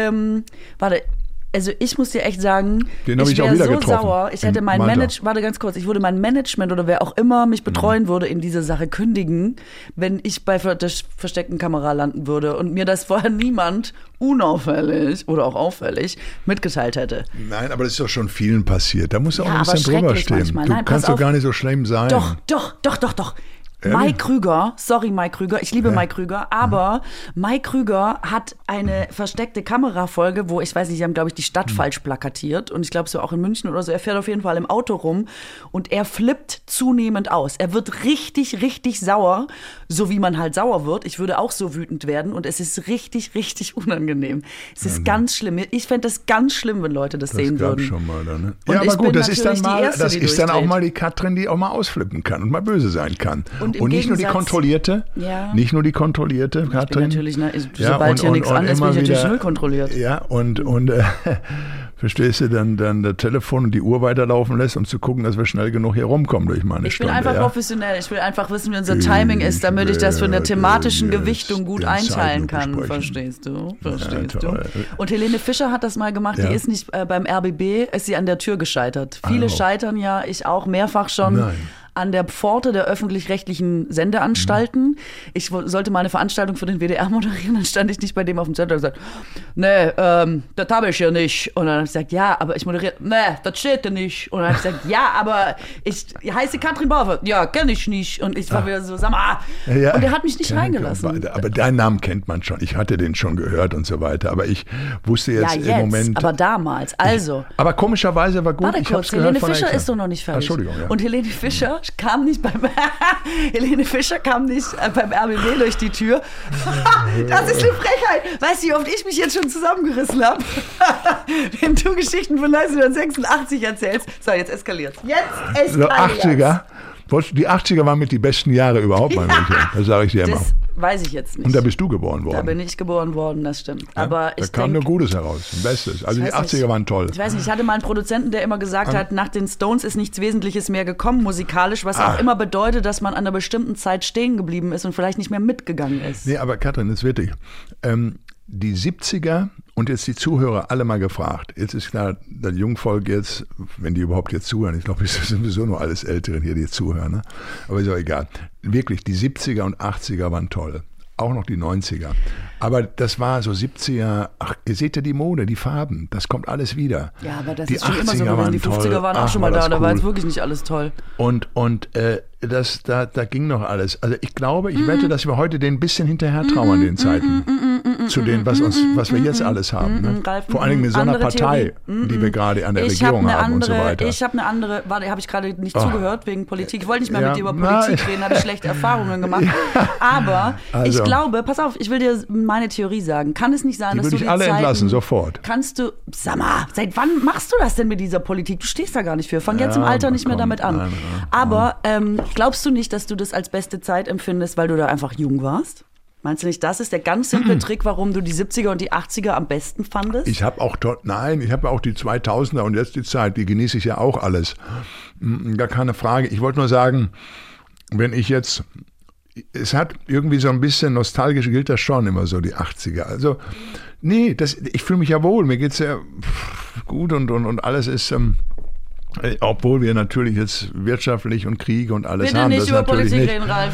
Also ich muss dir echt sagen, den ich auch wieder so getroffen. Sauer. Ich hätte mein ich würde mein Management oder wer auch immer mich betreuen würde in diese Sache kündigen, wenn ich bei der versteckten Kamera landen würde und mir das vorher niemand unauffällig oder auch auffällig mitgeteilt hätte. Nein, aber das ist doch schon vielen passiert. Da muss auch ein bisschen drüber stehen. Du kannst doch gar nicht so schlimm sein. Doch. Mike Krüger, sorry Mike Krüger, ich liebe Mike Krüger, aber Mike Krüger hat eine versteckte Kamerafolge, wo, ich weiß nicht, sie haben, glaube ich, die Stadt falsch plakatiert und ich glaube, so auch in München oder so, er fährt auf jeden Fall im Auto rum und er flippt zunehmend aus. Er wird richtig, richtig sauer, so wie man halt sauer wird. Ich würde auch so wütend werden und es ist richtig, richtig unangenehm. Es ist ganz schlimm. Ich fände das ganz schlimm, wenn Leute das sehen würden. Schon mal da, ne? Ja, aber gut, das ist dann mal, das ist dann auch mal die Katrin, die auch mal ausflippen kann und mal böse sein kann. Und nicht nur die kontrollierte, Katrin. Ich bin natürlich, sobald hier nichts an ist, bin ich natürlich null kontrolliert. Ja, und verstehst du, dann das Telefon und die Uhr weiterlaufen lässt, um zu gucken, dass wir schnell genug hier rumkommen durch meine Stunde. Ich bin einfach professionell. Ich will einfach wissen, wie unser Timing ist, damit ich das von der thematischen Gewichtung gut einteilen kann. Verstehst du? Und Helene Fischer hat das mal gemacht. Die ist nicht beim RBB, ist sie an der Tür gescheitert. Viele scheitern ja, ich auch mehrfach schon. Nein. An der Pforte der öffentlich-rechtlichen Sendeanstalten. Ich sollte mal eine Veranstaltung für den WDR moderieren, dann stand ich nicht bei dem auf dem Zettel und gesagt, nee, das habe ich hier nicht. Und dann habe ich gesagt, ja, aber ich moderiere, nee, das steht da nicht. Und dann habe ich gesagt, ja, aber ich heiße Katrin Bauer. Ja, kenne ich nicht. Und ich war wieder so, sag mal, und er hat mich nicht reingelassen. Aber deinen Namen kennt man schon. Ich hatte den schon gehört und so weiter. Aber ich wusste jetzt im Moment. Aber damals, also. Aber komischerweise war gut. Warte kurz, Helene Fischer ist doch noch nicht fertig. Entschuldigung, ja. Und Helene Fischer kam nicht beim RBB durch die Tür. Das ist eine Frechheit. Weißt du, wie oft ich mich jetzt schon zusammengerissen habe? Wenn du Geschichten von 1986 erzählst. So, jetzt eskaliert. So 80er. Die 80er waren mit die besten Jahre überhaupt bei mir. Das sage ich dir immer. Das weiß ich jetzt nicht. Und da bist du geboren worden. Da bin ich geboren worden, das stimmt. Ja, aber da kam nur Gutes heraus, ein Bestes. Also die 80er waren toll. Ich weiß nicht, ich hatte mal einen Produzenten, der immer gesagt hat, nach den Stones ist nichts Wesentliches mehr gekommen musikalisch, was auch immer bedeutet, dass man an einer bestimmten Zeit stehen geblieben ist und vielleicht nicht mehr mitgegangen ist. Nee, aber Katrin, das ist wichtig. Die 70er und jetzt die Zuhörer alle mal gefragt. Jetzt ist klar, das Jungvolk jetzt, wenn die überhaupt jetzt zuhören, ich glaube, es sind sowieso nur alles Älteren hier, die jetzt zuhören, ne? Aber ist auch egal. Wirklich, die 70er und 80er waren toll. Auch noch die 90er. Aber das war so 70er, ihr seht ja die Mode, die Farben, das kommt alles wieder. Ja, aber das ist schon immer so gewesen. Die 50er waren auch schon mal da war jetzt wirklich nicht alles toll. Und da ging noch alles. Also ich glaube, ich wette, dass wir heute den ein bisschen hinterher trauern, den Zeiten. zu dem, was wir jetzt alles haben. Ne? Ralf, vor allen Dingen mit so einer Partei, die wir gerade an der Regierung haben und so weiter. Ich habe eine andere, warte, habe ich gerade nicht zugehört wegen Politik. Ich wollte nicht mehr mit dir über Politik reden, habe ich schlechte Erfahrungen gemacht. Aber ich glaube, pass auf, ich will dir meine Theorie sagen. Kann es nicht sein, dass du die alle Zeiten, entlassen, sofort. Kannst du, sag mal, seit wann machst du das denn mit dieser Politik? Du stehst da gar nicht für. Fang jetzt im Alter nicht mehr damit an. Nein. Aber glaubst du nicht, dass du das als beste Zeit empfindest, weil du da einfach jung warst? Meinst du nicht, das ist der ganz simple Trick, warum du die 70er und die 80er am besten fandest? Ich habe auch die 2000er und jetzt die Zeit, die genieße ich ja auch alles. Gar keine Frage. Ich wollte nur sagen, wenn ich jetzt, es hat irgendwie so ein bisschen nostalgisch, gilt das schon immer so, die 80er. Also, nee, ich fühle mich ja wohl, mir geht's ja gut und alles ist, obwohl wir natürlich jetzt wirtschaftlich und Kriege und alles Bitte haben. Nicht über Politik reden, Ralf.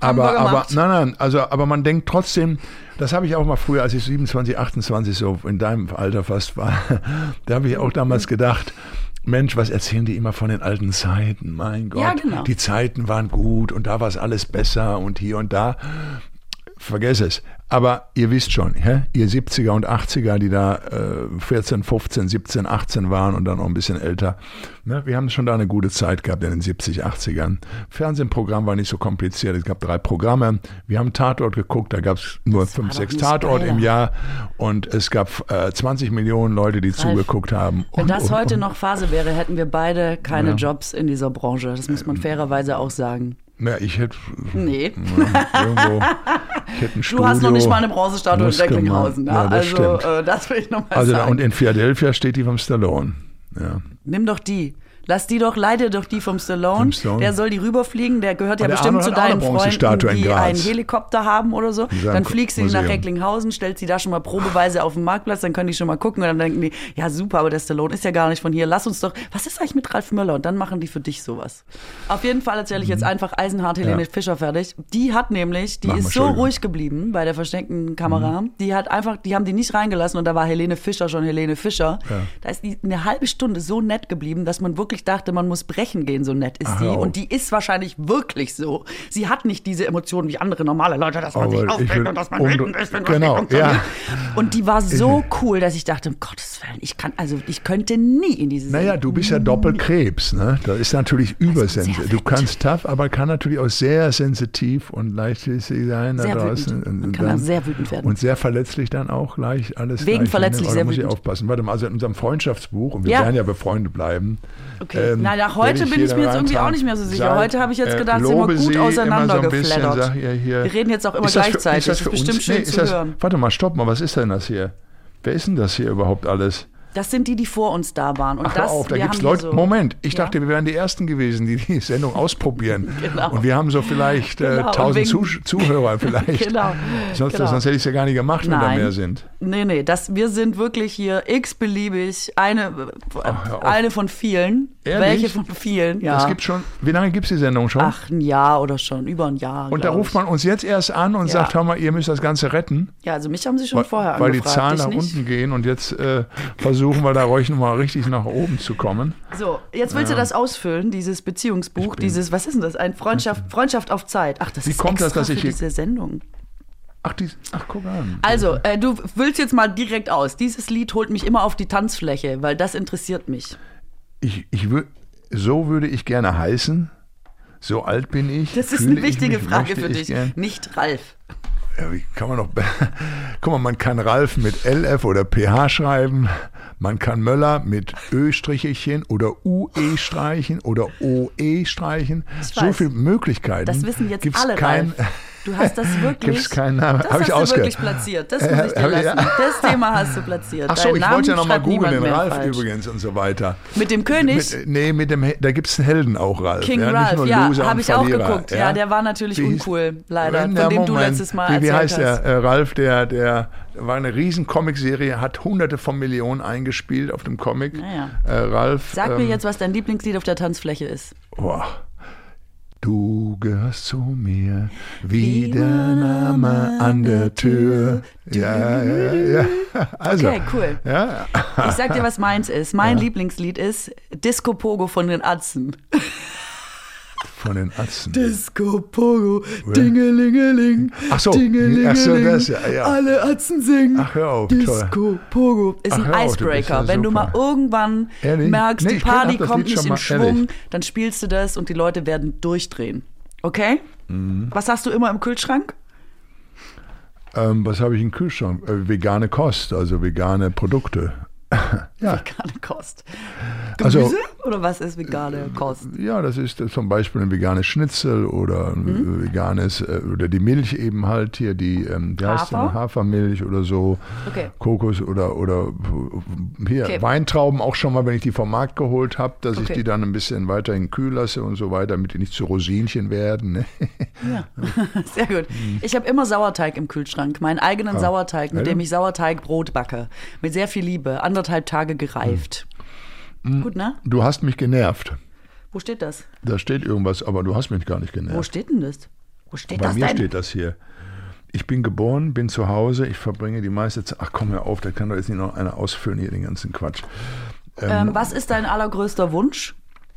Aber man denkt trotzdem, das habe ich auch mal früher, als ich 27, 28 so in deinem Alter fast war, da habe ich auch damals gedacht, Mensch, was erzählen die immer von den alten Zeiten? Mein Gott, ja, genau. Die Zeiten waren gut und da war es alles besser und hier und da. Vergesst es. Aber ihr wisst schon, ihr 70er und 80er, die da 14, 15, 17, 18 waren und dann noch ein bisschen älter, wir haben schon da eine gute Zeit gehabt in den 70, 80ern. Fernsehprogramm war nicht so kompliziert, es gab 3 Programme. Wir haben Tatort geguckt, da gab es nur 5, 6 Tatort im Jahr und es gab 20 Millionen Leute, die zugeguckt haben. Wenn das heute noch Phase wäre, hätten wir beide keine Jobs in dieser Branche. Das muss man fairerweise auch sagen. Ja, ich hätte irgendwo, ich hätte ein Studio. Du hast noch nicht mal eine Bronzestatue in Recklinghausen. Ja, das stimmt. Das will ich noch mal sagen. Und in Philadelphia steht die vom Stallone. Ja. Nimm doch die. Leite doch die vom Stallone. Der soll die rüberfliegen. Der gehört ja bestimmt zu deinen Freunden, die einen Helikopter haben oder so. Dann fliegst du die nach Recklinghausen, stellst sie da schon mal probeweise auf den Marktplatz, dann können die schon mal gucken und dann denken die, ja super, aber der Stallone ist ja gar nicht von hier. Lass uns doch, was ist eigentlich mit Ralf Möller? Und dann machen die für dich sowas. Auf jeden Fall erzähle ich jetzt einfach eisenhart Helene Fischer fertig. Die hat nämlich, die ist so ruhig geblieben bei der versteckten Kamera. Die haben die nicht reingelassen und da war Helene Fischer schon Helene Fischer. Ja. Da ist die eine halbe Stunde so nett geblieben, dass man wirklich dachte, man muss brechen gehen, so nett ist die. Und die ist wahrscheinlich wirklich so. Sie hat nicht diese Emotionen wie andere normale Leute, dass man sich aufregt und dass man wütend ist, wenn was kommt. Ja. Und die war so cool, dass ich dachte, um Gottes Willen, ich könnte nie in diese Naja, du bist ja Doppelkrebs, ne? Das ist natürlich übersensitiv. Du kannst tough, aber kann natürlich auch sehr sensitiv und leichtfüßig sein. Sehr wütend. Man kann dann sehr wütend werden. Und sehr verletzlich dann auch gleich alles. Wegen verletzlich sehr wütend. Da muss ich aufpassen. Warte mal, also in unserem Freundschaftsbuch, und wir werden ja befreundet bleiben. Okay. Nach heute bin ich mir jetzt irgendwie auch nicht mehr so sicher. Heute habe ich jetzt gedacht, sind wir gut auseinandergeflattert. Wir reden jetzt auch immer gleichzeitig. Das ist bestimmt schön zu hören. Warte mal, stopp mal, was ist denn das hier? Wer ist denn das hier überhaupt alles? Das sind die vor uns da waren. Und da gibt es Leute. Moment, ich dachte, wir wären die Ersten gewesen, die die Sendung ausprobieren. Genau. Und wir haben so vielleicht 1000 Zuhörer vielleicht. Sonst hätte ich es ja gar nicht gemacht, wenn da mehr sind. Nee, wir sind wirklich hier x-beliebig. Eine von vielen. Ehrlich? Welche von vielen? Ja. Das gibt schon. Wie lange gibt es die Sendung schon? Ach, ein Jahr oder schon, über ein Jahr. Und da ruft man uns jetzt erst an und sagt, hör mal, ihr müsst das Ganze retten. Ja, also mich haben sie schon vorher weil angefragt. Weil die Zahlen nach unten gehen und jetzt versuchen wir da ruhig nochmal richtig nach oben zu kommen. So, jetzt willst du das ausfüllen, dieses Beziehungsbuch, was ist denn das? Ein Freundschaft auf Zeit. Ach, das ist extra für diese Sendung. Ach, guck an. Also, du füllst jetzt mal direkt aus. Dieses Lied holt mich immer auf die Tanzfläche, weil das interessiert mich. So würde ich gerne heißen. So alt bin ich. Das ist eine wichtige Frage für dich. Nicht Ralf. Ja, wie kann man noch. Guck mal, man kann Ralf mit LF oder PH schreiben. Man kann Möller mit Ö-Strichelchen oder UE streichen oder OE streichen. So viele Möglichkeiten. Das wissen jetzt alle, Ralf. Du hast das wirklich. Gibt es keinen Namen? Das hast du wirklich platziert. Das muss ich dir lassen. Das Thema hast du platziert. Ach so, ich wollte ja nochmal googeln, den Ralf übrigens und so weiter. Mit dem König? Da gibt es einen Helden auch, Ralf. King Ralf, ja, habe ich auch geguckt. Ja, der war natürlich uncool, leider, von dem du letztes Mal erzählt hast. Wie heißt der? Ralf, der war eine riesen Comicserie, hat hunderte von Millionen eingespielt auf dem Comic. Naja. Ralf. Sag mir jetzt, was dein Lieblingslied auf der Tanzfläche ist. Boah. Du gehörst zu mir, wie der Name an der Tür. Ja. Also, okay, cool. Ja. Ich sag dir, was meins ist. Mein Lieblingslied ist Disco Pogo von den Atzen. von den Atzen. Disco Pogo, Dingelingeling, Dingelingeling, das ja. alle Atzen singen. Ach, hör auf, Disco toll. Pogo ist ein Ach, hör auf, du bist Icebreaker. ja Wenn du mal super. irgendwann Ehrlich? merkst, Nee, die ich Party hab das kommt Lied nicht schon in mal, Schwung, ehrlich. dann spielst du das und die Leute werden durchdrehen. Okay? Mhm. Was hast du immer im Kühlschrank? Was habe ich im Kühlschrank? Vegane Kost, also vegane Produkte. Ja. Vegane Kost. Also- Gemüse? Oder was ist vegane Kost? Ja, das ist zum Beispiel ein veganes Schnitzel oder ein veganes, oder die Milch eben halt hier, die heißt Hafer? Hafermilch oder so, Okay. Kokos oder hier Okay. Weintrauben auch schon mal, wenn ich die vom Markt geholt habe, dass ich Okay. die dann ein bisschen weiterhin kühl lasse und so weiter, damit die nicht zu Rosinchen werden. Ne? Ja, sehr gut. Ich habe immer Sauerteig im Kühlschrank, meinen eigenen Sauerteig, mit dem ich Sauerteigbrot backe. Mit sehr viel Liebe, 1,5 Tage gereift. Gut, ne? Du hast mich genervt. Wo steht das? Da steht irgendwas, aber du hast mich gar nicht genervt. Wo steht denn das? Wo steht Bei das mir denn? steht das hier. Ich bin geboren, bin zu Hause, ich verbringe die meiste Zeit. Ach komm, hör auf, da kann doch jetzt nicht noch einer ausfüllen hier den ganzen Quatsch. Was ist dein allergrößter Wunsch?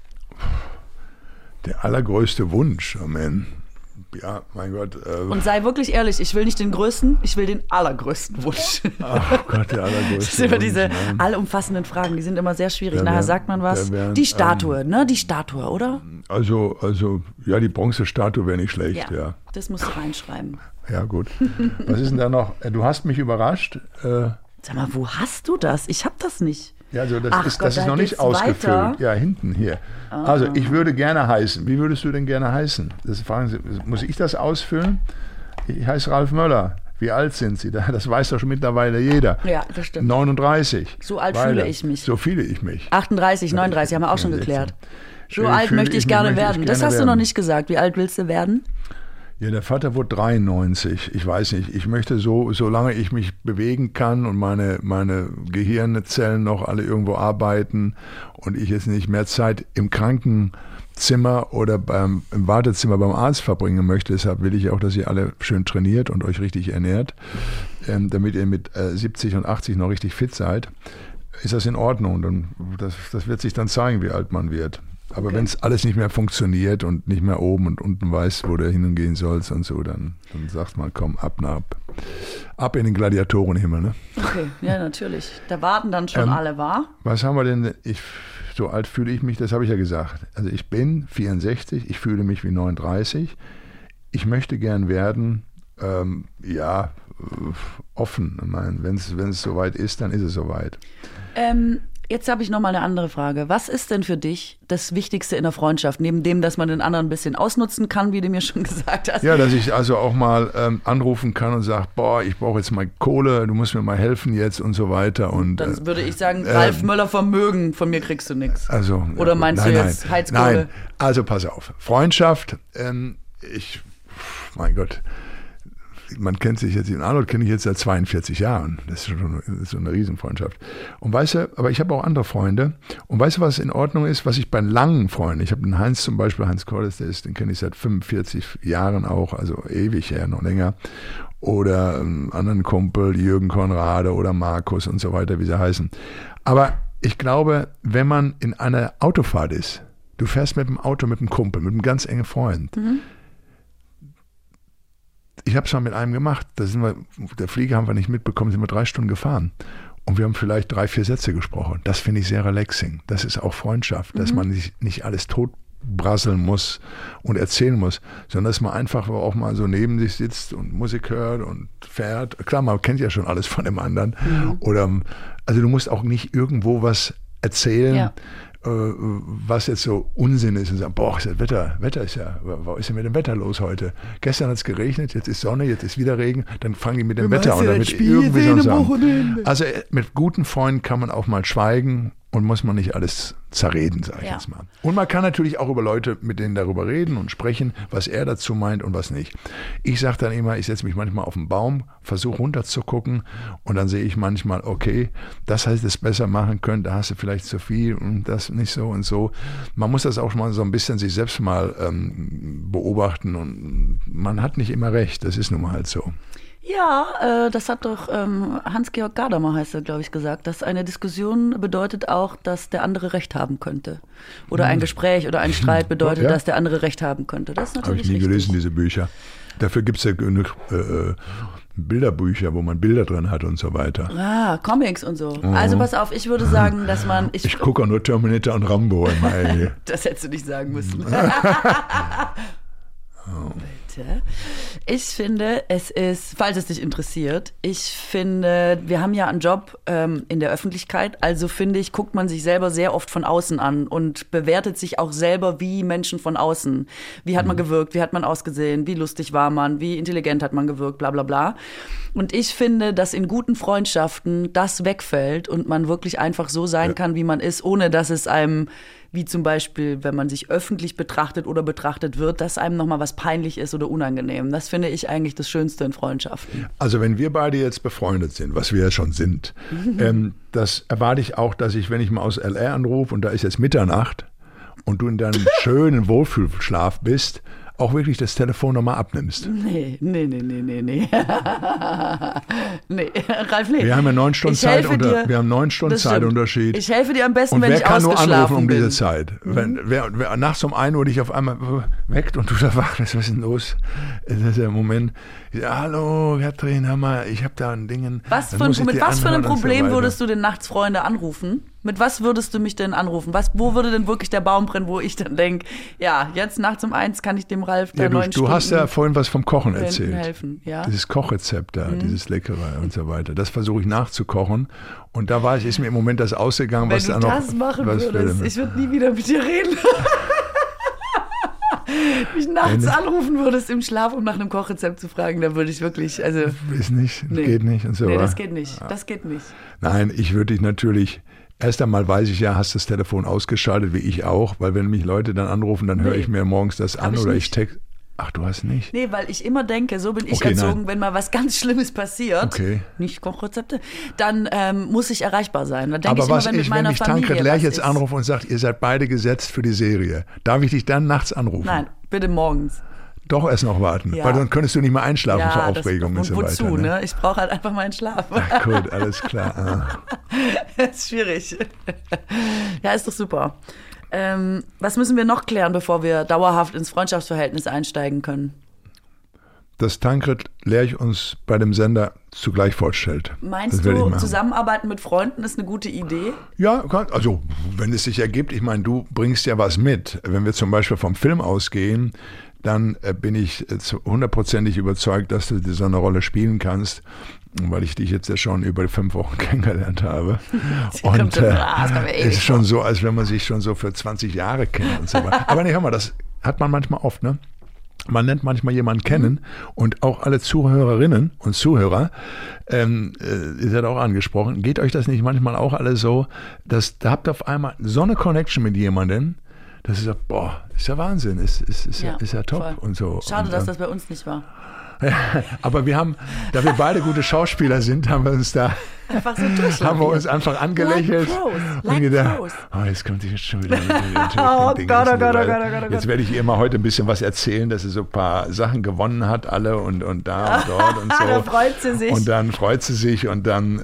Der allergrößte Wunsch, Amen. Ja, mein Gott. Und sei wirklich ehrlich, ich will nicht den größten, ich will den allergrößten Wunsch. Ach Gott, der allergrößte Das sind immer Wunsch. diese Nein. allumfassenden Fragen, die sind immer sehr schwierig. Da Nachher wären- sagt man was. da wären, Die Statue, ne? Die Statue, oder? Also, ja, die Bronzestatue wäre nicht schlecht, ja. Das musst du reinschreiben. Ja, gut. Was ist denn da noch? Du hast mich überrascht. Sag mal, wo hast du das? Ich hab das nicht. Ja, also das Ach ist, Gott, das ist da noch nicht geht's ausgefüllt. weiter. Ja, hinten hier. Also, ich würde gerne heißen. Wie würdest du denn gerne heißen? Das fragen Sie, muss ich das ausfüllen? Ich heiße Ralf Möller. Wie alt sind Sie? Das weiß doch schon mittlerweile jeder. Ja, das stimmt. 39. So alt Weile. fühle ich mich. So fühle ich mich. 38, 39, haben wir auch schon 16. geklärt. So Schön alt fühle möchte ich mich, gerne möchte ich werden. Das gerne hast du noch werden. nicht gesagt. Wie alt willst du werden? Ja, der Vater wurde 93. Ich weiß nicht. Ich möchte solange ich mich bewegen kann und meine Gehirnzellen noch alle irgendwo arbeiten und ich jetzt nicht mehr Zeit im Krankenzimmer oder im Wartezimmer beim Arzt verbringen möchte. Deshalb will ich auch, dass ihr alle schön trainiert und euch richtig ernährt, damit ihr mit 70 und 80 noch richtig fit seid. Ist das in Ordnung? Und das wird sich dann zeigen, wie alt man wird. Aber wenn es alles nicht mehr funktioniert und nicht mehr oben und unten weiß, wo du hin und gehen sollst und so, dann sagt man, komm, ab in den Gladiatorenhimmel. Ne? Okay, ja, natürlich. Da warten dann schon alle, wahr? Was haben wir denn? So alt fühle ich mich, das habe ich ja gesagt. Also ich bin 64, ich fühle mich wie 39. Ich möchte gern werden, offen. Ich meine, wenn es soweit ist, dann ist es soweit. Jetzt habe ich noch mal eine andere Frage. Was ist denn für dich das Wichtigste in der Freundschaft, neben dem, dass man den anderen ein bisschen ausnutzen kann, wie du mir schon gesagt hast? Ja, dass ich also auch mal anrufen kann und sage, boah, ich brauche jetzt mal Kohle, du musst mir mal helfen jetzt und so weiter. Und Dann würde ich sagen, Ralf Möller Vermögen, von mir kriegst du nichts. also, Oder gut. meinst du jetzt Heizkohle? Nein, also pass auf. Freundschaft, mein Gott, man kennt sich jetzt, den Arnold kenne ich jetzt seit 42 Jahren. Das ist schon so eine Riesenfreundschaft. Und weißt du, aber ich habe auch andere Freunde. Und weißt du, was in Ordnung ist, was ich bei langen Freunden, ich habe den Heinz zum Beispiel, Heinz Cordes, den kenne ich seit 45 Jahren auch, also ewig her, noch länger. Oder einen anderen Kumpel, Jürgen Konrade oder Markus und so weiter, wie sie heißen. Aber ich glaube, wenn man in einer Autofahrt ist, du fährst mit dem Auto, mit einem Kumpel, mit einem ganz engen Freund, ich habe es mal mit einem gemacht, der Flieger haben wir nicht mitbekommen, sind wir 3 Stunden gefahren. Und wir haben vielleicht 3, 4 Sätze gesprochen. Das finde ich sehr relaxing. Das ist auch Freundschaft, dass man nicht alles totbrasseln muss und erzählen muss, sondern dass man einfach auch mal so neben sich sitzt und Musik hört und fährt. Klar, man kennt ja schon alles von dem anderen. Oder, also du musst auch nicht irgendwo was erzählen, was jetzt so Unsinn ist und sagen, boah, das Wetter ist ja, was ist denn mit dem Wetter los heute? Gestern hat es geregnet, jetzt ist Sonne, jetzt ist wieder Regen, dann fangen die mit dem Wetter an. Damit irgendwie so sagen. Also mit guten Freunden kann man auch mal schweigen und muss man nicht alles zerreden, sage ich jetzt mal. Und man kann natürlich auch über Leute, mit denen darüber reden und sprechen, was er dazu meint und was nicht. Ich sage dann immer, ich setze mich manchmal auf den Baum, versuche runter zu gucken und dann sehe ich manchmal, okay, das heißt es besser machen können, da hast du vielleicht zu viel und das nicht so und so. Man muss das auch mal so ein bisschen sich selbst mal beobachten und man hat nicht immer recht, das ist nun mal halt so. Ja, das hat doch Hans-Georg Gadamer, heißt er, glaube ich, gesagt, dass eine Diskussion bedeutet auch, dass der andere Recht haben haben könnte. Oder ein Gespräch oder ein Streit bedeutet, dass der andere Recht haben könnte. Das ist natürlich Habe ich nie richtig. gelesen, diese Bücher. Dafür gibt es ja genug Bilderbücher, wo man Bilder drin hat und so weiter. Ah, Comics und so. Also pass auf, ich würde sagen, dass man... Ich gucke auch nur Terminator und Rambo in meinem. Das hättest du nicht sagen müssen. Bitte. Ich finde, es ist, falls es dich interessiert, ich finde, wir haben ja einen Job in der Öffentlichkeit, also finde ich, guckt man sich selber sehr oft von außen an und bewertet sich auch selber wie Menschen von außen. Wie hat man gewirkt, wie hat man ausgesehen, wie lustig war man, wie intelligent hat man gewirkt, bla bla bla. Und ich finde, dass in guten Freundschaften das wegfällt und man wirklich einfach so sein kann, wie man ist, ohne dass es einem, wie zum Beispiel, wenn man sich öffentlich betrachtet oder betrachtet wird, dass einem nochmal was peinlich ist oder unangenehm. Das finde ich eigentlich das Schönste in Freundschaften. Also wenn wir beide jetzt befreundet sind, was wir ja schon sind, das erwarte ich auch, dass ich, wenn ich mal aus LA anrufe und da ist jetzt Mitternacht und du in deinem schönen Wohlfühlschlaf bist, auch wirklich das Telefon nochmal abnimmst. Nee. Nee, Ralf, nee. Wir haben ja 9 Stunden Zeitunterschied. Ich helfe dir am besten, und wenn ich ausgeschlafen bin. Wer kann nur anrufen um diese Zeit? Wer nachts um 1 Uhr dich auf einmal weckt und du da wach bist, was ist denn los? Das ist der Moment, ja, hallo Katrin, hör mal, ich habe da ein Ding. Mit was für einem Problem würdest du denn nachts Freunde anrufen? Mit was würdest du mich denn anrufen? Wo würde denn wirklich der Baum brennen, wo ich dann denke, ja, jetzt nachts um 1 kann ich dem Ralf da 9 Stunden... Du hast ja vorhin was vom Kochen erzählt. Helfen, ja. Dieses Kochrezept da, dieses Leckere und so weiter. Das versuche ich nachzukochen. Und da ist mir im Moment das ausgegangen, was da noch... Wenn du das machen würdest, ich würde nie wieder mit dir reden. Mich nachts anrufen würdest im Schlaf, um nach einem Kochrezept zu fragen, dann würde ich wirklich, also... Ist nicht, geht nicht und so. Nee, das geht nicht, das geht nicht. Nein, ich würde dich natürlich... Erst einmal weiß ich ja, hast das Telefon ausgeschaltet, wie ich auch, weil wenn mich Leute dann anrufen, dann höre ich mir morgens das an oder ich texte. Ach, du hast nicht? Nee, weil ich immer denke, so bin ich erzogen, wenn mal was ganz Schlimmes passiert, nicht Kochrezepte, dann muss ich erreichbar sein. Dann denke aber ich immer, wenn mich Tankred Lerch jetzt anruft und sagt, ihr seid beide gesetzt für die Serie, darf ich dich dann nachts anrufen? Nein, bitte morgens. Doch erst noch warten, weil dann könntest du nicht mehr einschlafen vor Aufregung und so weiter. Wozu, ne? Ich brauche halt einfach meinen Schlaf. Ach, gut, alles klar. Das ist schwierig. Ja, ist doch super. Was müssen wir noch klären, bevor wir dauerhaft ins Freundschaftsverhältnis einsteigen können? Dass Tankred Lerch uns bei dem Sender zugleich vorstellt. Meinst du, Zusammenarbeiten mit Freunden ist eine gute Idee? Ja, also wenn es sich ergibt, ich meine, du bringst ja was mit. Wenn wir zum Beispiel vom Film ausgehen, dann bin ich 100%ig überzeugt, dass du so eine Rolle spielen kannst, weil ich dich jetzt ja schon über 5 Wochen kennengelernt habe. Und es ist schon so, als wenn man sich schon so für 20 Jahre kennt und so weiter. Aber nee, hör mal, das hat man manchmal oft, ne? Man nennt manchmal jemanden kennen und auch alle Zuhörerinnen und Zuhörer, ihr seid auch angesprochen, geht euch das nicht manchmal auch alle so, dass da habt ihr auf einmal so eine Connection mit jemandem, das ist ja, ist ja Wahnsinn, ist ja top voll. Und so. Schade, dass das bei uns nicht war. Aber wir haben, da wir beide gute Schauspieler sind, haben wir uns da einfach so haben wir uns einfach angelächelt und gedacht, jetzt kommt die jetzt schon wieder. Oh Gott. Jetzt werde ich ihr mal heute ein bisschen was erzählen, dass sie so ein paar Sachen gewonnen hat, alle und da und dort und so. Dann freut sie sich. Und dann freut sie sich und dann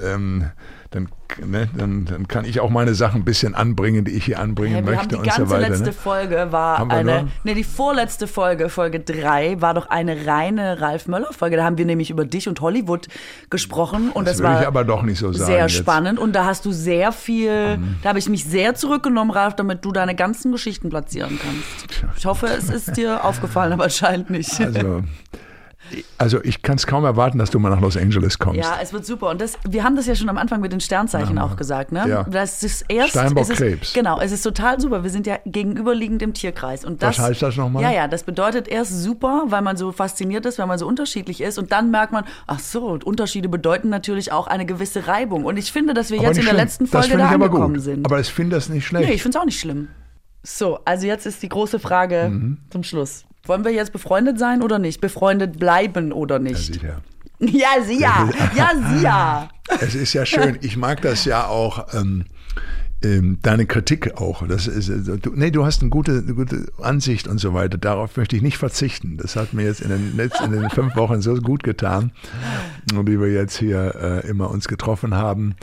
kann ich auch meine Sachen ein bisschen anbringen, die ich hier anbringen möchte und so weiter. Die ganze letzte Folge war die vorletzte Folge, Folge 3, war doch eine reine Ralf Möller-Folge. Da haben wir nämlich über dich und Hollywood gesprochen. Und das war ich aber doch nicht so sagen sehr spannend. Und da hast du sehr viel, da habe ich mich sehr zurückgenommen, Ralf, damit du deine ganzen Geschichten platzieren kannst. Ich hoffe, es ist dir aufgefallen, aber anscheinend nicht. Also ich kann es kaum erwarten, dass du mal nach Los Angeles kommst. Ja, es wird super. Und wir haben das ja schon am Anfang mit den Sternzeichen auch gesagt. Ne? Ja. Das ist Steinbock-Krebs. Genau, es ist total super. Wir sind ja gegenüberliegend im Tierkreis. Und was heißt das nochmal? Ja, das bedeutet erst super, weil man so fasziniert ist, weil man so unterschiedlich ist. Und dann merkt man, ach so, Unterschiede bedeuten natürlich auch eine gewisse Reibung. Und ich finde, dass wir jetzt in der letzten Folge da angekommen sind. Aber ich finde das nicht schlecht. Nee, ich finde es auch nicht schlimm. So, also jetzt ist die große Frage zum Schluss. Wollen wir jetzt befreundet sein oder nicht? Befreundet bleiben oder nicht? Ja, sie ja. Es ist ja schön. Ich mag das ja auch, deine Kritik auch. Das ist, du hast eine gute Ansicht und so weiter. Darauf möchte ich nicht verzichten. Das hat mir jetzt in den 5 Wochen so gut getan, wie wir jetzt hier immer uns getroffen haben.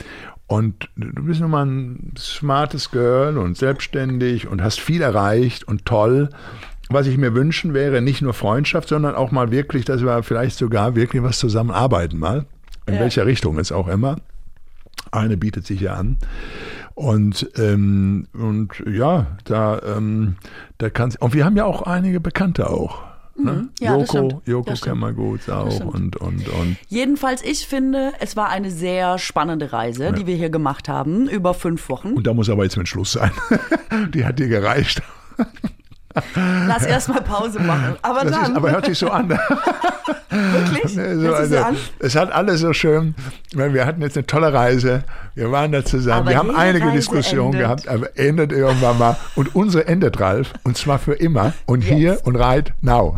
Und du bist nun mal ein smartes Girl und selbstständig und hast viel erreicht und toll. Was ich mir wünschen wäre, nicht nur Freundschaft, sondern auch mal wirklich, dass wir vielleicht sogar wirklich was zusammenarbeiten mal. In welcher Richtung es auch immer. Eine bietet sich ja an. Und ja, da kannst. Und wir haben ja auch einige Bekannte auch. Ne? Ja, Joko das kennen wir gut auch. Und. Jedenfalls, ich finde, es war eine sehr spannende Reise, die wir hier gemacht haben, über 5 Wochen. Und da muss aber jetzt mit Schluss sein. Die hat dir gereicht. Lass erstmal Pause machen. Aber hört sich so an. Wirklich? So an? Es hat alles so schön. Wir hatten jetzt eine tolle Reise. Wir waren da zusammen. Wir haben einige Diskussionen gehabt, aber endet irgendwann mal. Und unsere endet, Ralf. Und zwar für immer. Und hier und right now.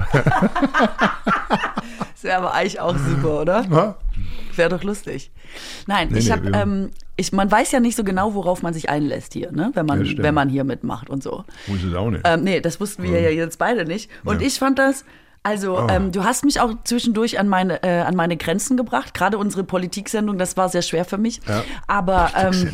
Das wäre aber eigentlich auch super, oder? Ja. Wäre doch lustig. Nein, man weiß ja nicht so genau, worauf man sich einlässt hier, ne? wenn man hier mitmacht und so. Wusste es auch nicht. Nee, das wussten wir ja jetzt beide nicht. Und ich fand das, du hast mich auch zwischendurch an meine Grenzen gebracht. Gerade unsere Politiksendung, das war sehr schwer für mich. Ja. Aber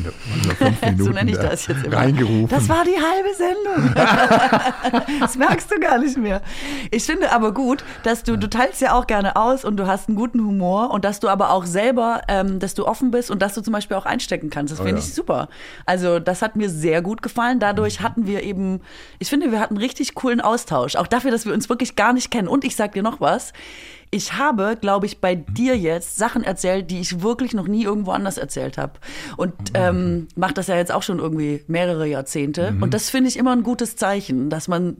so nenne ich das jetzt immer. Reingerufen. Das war die halbe Sendung. Das merkst du gar nicht mehr. Ich finde aber gut, dass du teilst ja auch gerne aus und du hast einen guten Humor und dass du aber auch selber, dass du offen bist und dass du zum Beispiel auch einstecken kannst. Das finde ich super. Also das hat mir sehr gut gefallen. Dadurch hatten wir eben, ich finde, wir hatten einen richtig coolen Austausch. Auch dafür, dass wir uns wirklich gar nicht kennen. Und ich sag dir noch was. Ich habe, glaube ich, bei dir jetzt Sachen erzählt, die ich wirklich noch nie irgendwo anders erzählt habe. Und mache das ja jetzt auch schon irgendwie mehrere Jahrzehnte. Und das finde ich immer ein gutes Zeichen, dass man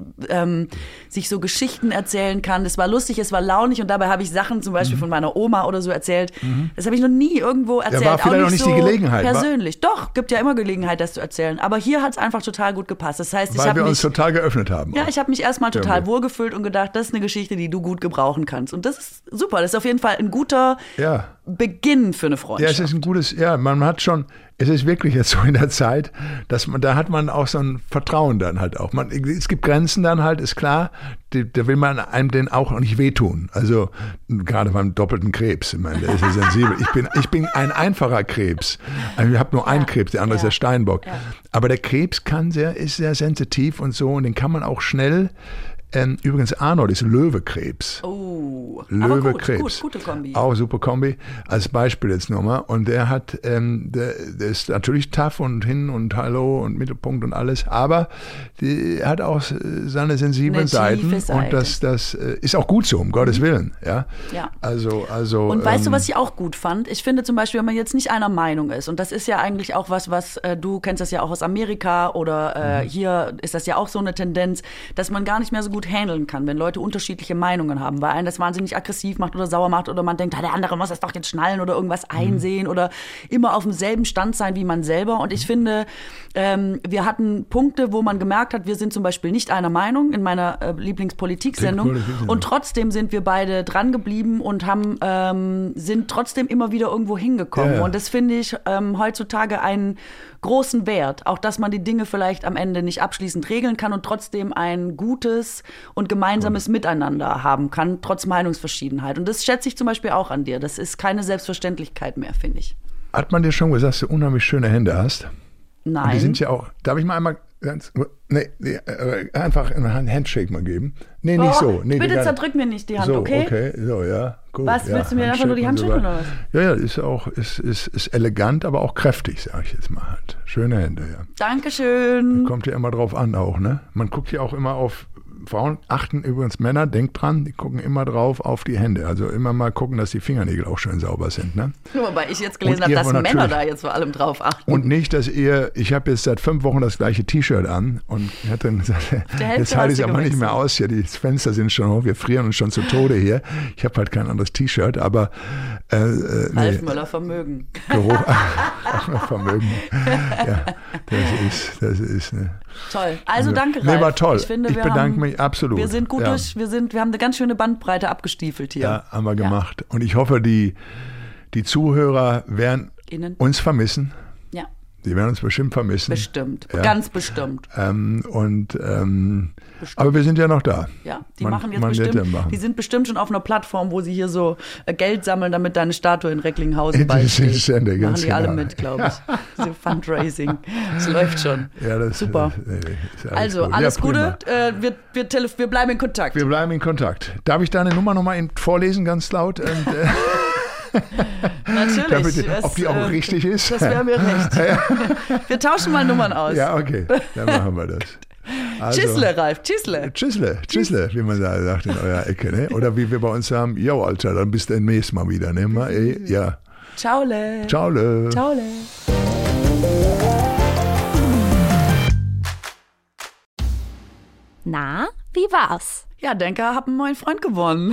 sich so Geschichten erzählen kann. Es war lustig, es war launig und dabei habe ich Sachen zum Beispiel von meiner Oma oder so erzählt. Das habe ich noch nie irgendwo erzählt. Ja, war vielleicht auch nicht so die Gelegenheit. Persönlich. Doch, gibt ja immer Gelegenheit, das zu erzählen. Aber hier hat es einfach total gut gepasst. Das heißt, weil wir uns total geöffnet haben. Ja, ich habe mich erstmal total wohlgefühlt und gedacht, das ist eine Geschichte, die du gut gebrauchen kannst. Und das ist super. Das ist auf jeden Fall ein guter Beginn für eine Freundschaft. Ja, es ist ein gutes, man hat schon, es ist wirklich jetzt so in der Zeit, da hat man auch so ein Vertrauen dann halt auch. Es gibt Grenzen dann halt, ist klar, da will man einem den auch nicht wehtun. Also gerade beim doppelten Krebs, ich meine, der ist ja sensibel. Ich bin ein einfacher Krebs. Also ich habe nur einen Krebs, der andere ist der Steinbock. Ja. Aber der Krebs ist sehr sensitiv und so und den kann man auch schnell. Übrigens, Arnold ist Löwekrebs. Oh, Löwekrebs. Gute Kombi. Auch super Kombi. Als Beispiel jetzt nochmal. Und der hat, der ist natürlich tough und hin und hallo und Mittelpunkt und alles. Aber er hat auch seine sensiblen Seiten. Und das ist auch gut so, um Gottes Willen. Ja. Also. Und weißt du, was ich auch gut fand? Ich finde zum Beispiel, wenn man jetzt nicht einer Meinung ist, und das ist ja eigentlich auch was du kennst das ja auch aus Amerika oder hier ist das ja auch so eine Tendenz, dass man gar nicht mehr so gut handeln kann, wenn Leute unterschiedliche Meinungen haben, weil einen das wahnsinnig aggressiv macht oder sauer macht oder man denkt, der andere muss das doch jetzt schnallen oder irgendwas einsehen oder immer auf demselben Stand sein wie man selber. Und ich finde, wir hatten Punkte, wo man gemerkt hat, wir sind zum Beispiel nicht einer Meinung in meiner Lieblingspolitik-Sendung und trotzdem sind wir beide dran geblieben und sind trotzdem immer wieder irgendwo hingekommen. Ja. Und das finde ich heutzutage einen großen Wert, auch dass man die Dinge vielleicht am Ende nicht abschließend regeln kann und trotzdem ein gutes und gemeinsames Miteinander haben kann, trotz Meinungsverschiedenheit. Und das schätze ich zum Beispiel auch an dir. Das ist keine Selbstverständlichkeit mehr, finde ich. Hat man dir schon gesagt, dass du unheimlich schöne Hände hast? Nein. Und die sind ja auch, darf ich mal einmal einfach einen Handshake mal geben? Nee, nicht so. Nee, bitte zerdrück mir nicht die Hand, so, okay? Okay, so, ja, gut. Was, willst du mir einfach nur die Hand schütteln oder was? Ja, ist elegant, aber auch kräftig, sage ich jetzt mal halt. Schöne Hände, ja. Dankeschön. Kommt ja immer drauf an auch, ne? Man guckt ja auch immer auf, Frauen achten übrigens, Männer, denkt dran, die gucken immer drauf auf die Hände. Also immer mal gucken, dass die Fingernägel auch schön sauber sind. Ne? Nur weil ich jetzt gelesen habe, dass Männer da jetzt vor allem drauf achten. Und nicht, dass ich habe jetzt seit 5 Wochen das gleiche T-Shirt an und ich hatte gesagt, jetzt halte ich es aber nicht mehr aus hier, die Fenster sind schon hoch, wir frieren uns schon zu Tode hier. Ich habe halt kein anderes T-Shirt, aber Ralf Möller Vermögen. Geruch, Vermögen. Ja, das ist ne. Toll. Also danke, Ralf. Nee, war toll. Ich finde, ich bedanke mich absolut. Wir sind gut wir haben eine ganz schöne Bandbreite abgestiefelt hier. Ja, haben wir gemacht. Und ich hoffe, die Zuhörer werden uns vermissen. Ja. Die werden uns bestimmt vermissen. Bestimmt, ja. Ganz bestimmt. Aber wir sind ja noch da. Ja, die sind bestimmt schon auf einer Plattform, wo sie hier so Geld sammeln, damit deine Statue in Recklinghausen bald steht. Machen die alle mit, glaube ich. So Fundraising. Das läuft schon. Ja, super. Alles Gute. Wir bleiben in Kontakt. Wir bleiben in Kontakt. Darf ich deine Nummer nochmal vorlesen, ganz laut? Natürlich. Ob die auch richtig ist? Das wäre mir recht. Wir tauschen mal Nummern aus. Ja, okay. Dann machen wir das. Also, Tschüssle, Ralf. Tschüssle, wie man da sagt in eurer Ecke. Ne? Oder wie wir bei uns sagen, jo, Alter, dann bist du ein nächstes Mal wieder. Ne? Ja. Ciaole. Na, wie war's? Ja, Denker, hab einen neuen Freund gewonnen.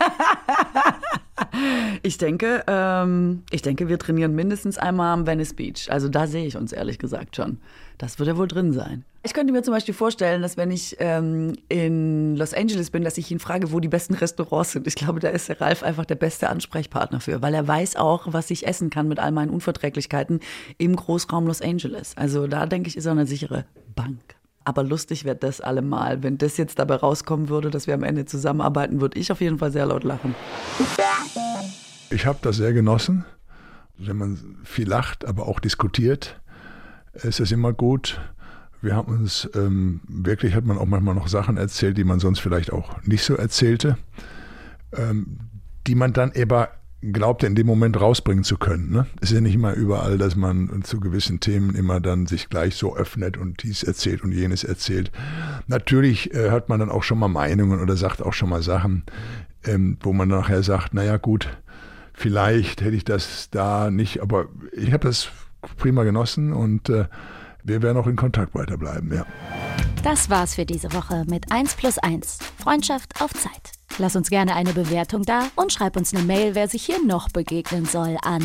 Ich denke, wir trainieren mindestens einmal am Venice Beach. Also da sehe ich uns ehrlich gesagt schon. Das wird ja wohl drin sein. Ich könnte mir zum Beispiel vorstellen, dass wenn ich in Los Angeles bin, dass ich ihn frage, wo die besten Restaurants sind. Ich glaube, da ist der Ralf einfach der beste Ansprechpartner für, weil er weiß auch, was ich essen kann mit all meinen Unverträglichkeiten im Großraum Los Angeles. Also da denke ich, ist er eine sichere Bank. Aber lustig wird das allemal. Wenn das jetzt dabei rauskommen würde, dass wir am Ende zusammenarbeiten, würde ich auf jeden Fall sehr laut lachen. Ich habe das sehr genossen. Wenn man viel lacht, aber auch diskutiert, ist das immer gut. Wir haben uns hat man auch manchmal noch Sachen erzählt, die man sonst vielleicht auch nicht so erzählte, die man dann aber glaubte, in dem Moment rausbringen zu können. Ne? Es ist ja nicht immer überall, dass man zu gewissen Themen immer dann sich gleich so öffnet und dies erzählt und jenes erzählt. Natürlich hört man dann auch schon mal Meinungen oder sagt auch schon mal Sachen, wo man nachher sagt, naja gut, vielleicht hätte ich das da nicht, aber ich habe das prima genossen und wir werden auch in Kontakt weiterbleiben, ja. Das war's für diese Woche mit 1+1. Freundschaft auf Zeit. Lass uns gerne eine Bewertung da und schreib uns eine Mail, wer sich hier noch begegnen soll, an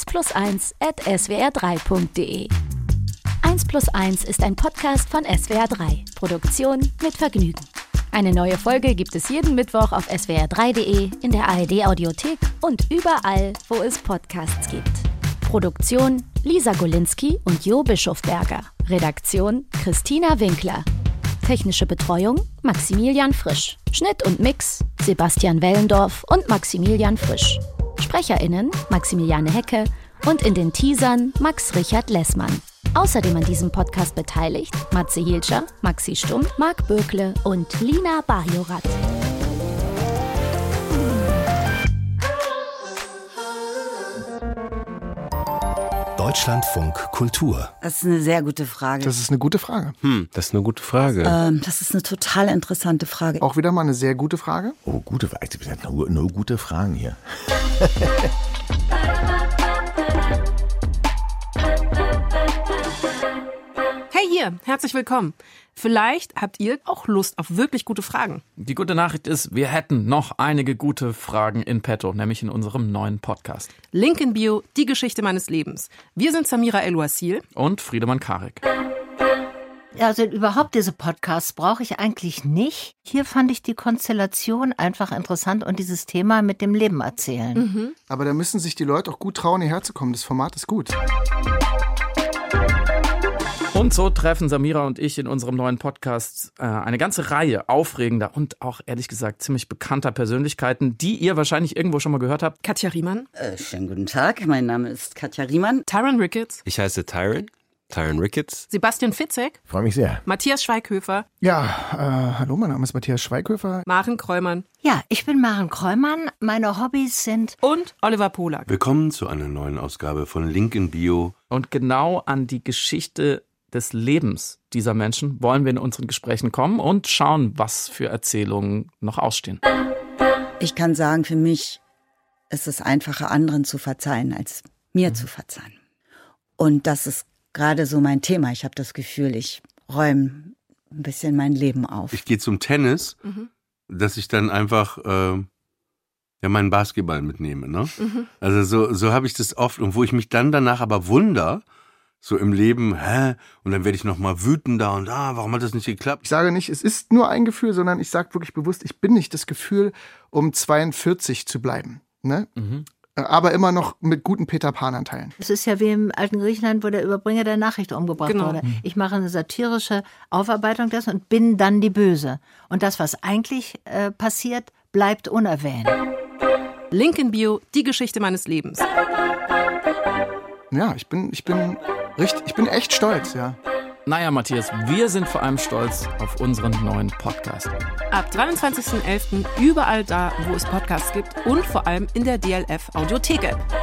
1+1@swr3.de. 1+1 ist ein Podcast von SWR3. Produktion mit Vergnügen. Eine neue Folge gibt es jeden Mittwoch auf swr3.de, in der ARD-Audiothek und überall, wo es Podcasts gibt. Produktion Lisa Golinski und Jo Bischofberger. Redaktion Christina Winkler. Technische Betreuung Maximilian Frisch. Schnitt und Mix Sebastian Wellendorf und Maximilian Frisch. SprecherInnen Maximiliane Hecke und in den Teasern Max Richard Lessmann. Außerdem an diesem Podcast beteiligt Matze Hielscher, Maxi Stumm, Marc Bökle und Lina Bajorat. Deutschlandfunk Kultur. Das ist eine sehr gute Frage. Das ist eine gute Frage. Das ist eine gute Frage. Das ist eine total interessante Frage. Auch wieder mal eine sehr gute Frage. Oh, gute Frage. Wir sind nur gute Fragen hier. Hey hier, herzlich willkommen. Vielleicht habt ihr auch Lust auf wirklich gute Fragen. Die gute Nachricht ist, wir hätten noch einige gute Fragen in petto, nämlich in unserem neuen Podcast. Link in Bio, die Geschichte meines Lebens. Wir sind Samira El-Wasil und Friedemann Karik. Also überhaupt diese Podcasts brauche ich eigentlich nicht. Hier fand ich die Konstellation einfach interessant und dieses Thema mit dem Leben erzählen. Aber da müssen sich die Leute auch gut trauen, hierher zu kommen. Das Format ist gut. Und so treffen Samira und ich in unserem neuen Podcast eine ganze Reihe aufregender und auch ehrlich gesagt ziemlich bekannter Persönlichkeiten, die ihr wahrscheinlich irgendwo schon mal gehört habt. Katja Riemann. Schönen guten Tag, mein Name ist Katja Riemann. Tyron Ricketts. Ich heiße Tyron Ricketts. Sebastian Fitzek. Freue mich sehr. Matthias Schweighöfer. Ja, hallo, mein Name ist Matthias Schweighöfer. Maren Kräumann. Ja, ich bin Maren Kräumann. Meine Hobbys sind... Und Oliver Polak. Willkommen zu einer neuen Ausgabe von Link in Bio. Und genau an die Geschichte des Lebens dieser Menschen wollen wir in unseren Gesprächen kommen und schauen, was für Erzählungen noch ausstehen. Ich kann sagen, für mich ist es einfacher, anderen zu verzeihen, als mir zu verzeihen. Und das ist gerade so mein Thema. Ich habe das Gefühl, ich räume ein bisschen mein Leben auf. Ich gehe zum Tennis, dass ich dann einfach meinen Basketball mitnehme. Ne? Also so habe ich das oft. Und wo ich mich dann danach aber wundere, so im Leben, und dann werde ich nochmal wütender und warum hat das nicht geklappt? Ich sage nicht, es ist nur ein Gefühl, sondern ich sage wirklich bewusst, ich bin nicht das Gefühl, um 42 zu bleiben. Ne? aber immer noch mit guten Peter Pan-Anteilen. Es ist ja wie im alten Griechenland, wo der Überbringer der Nachricht umgebracht wurde. Ich mache eine satirische Aufarbeitung dessen und bin dann die Böse. Und das, was eigentlich passiert, bleibt unerwähnt. Link in Bio, die Geschichte meines Lebens. Ja, ich bin echt stolz, ja. Naja, Matthias, wir sind vor allem stolz auf unseren neuen Podcast. Ab 23.11. überall da, wo es Podcasts gibt und vor allem in der DLF Audiothek-App.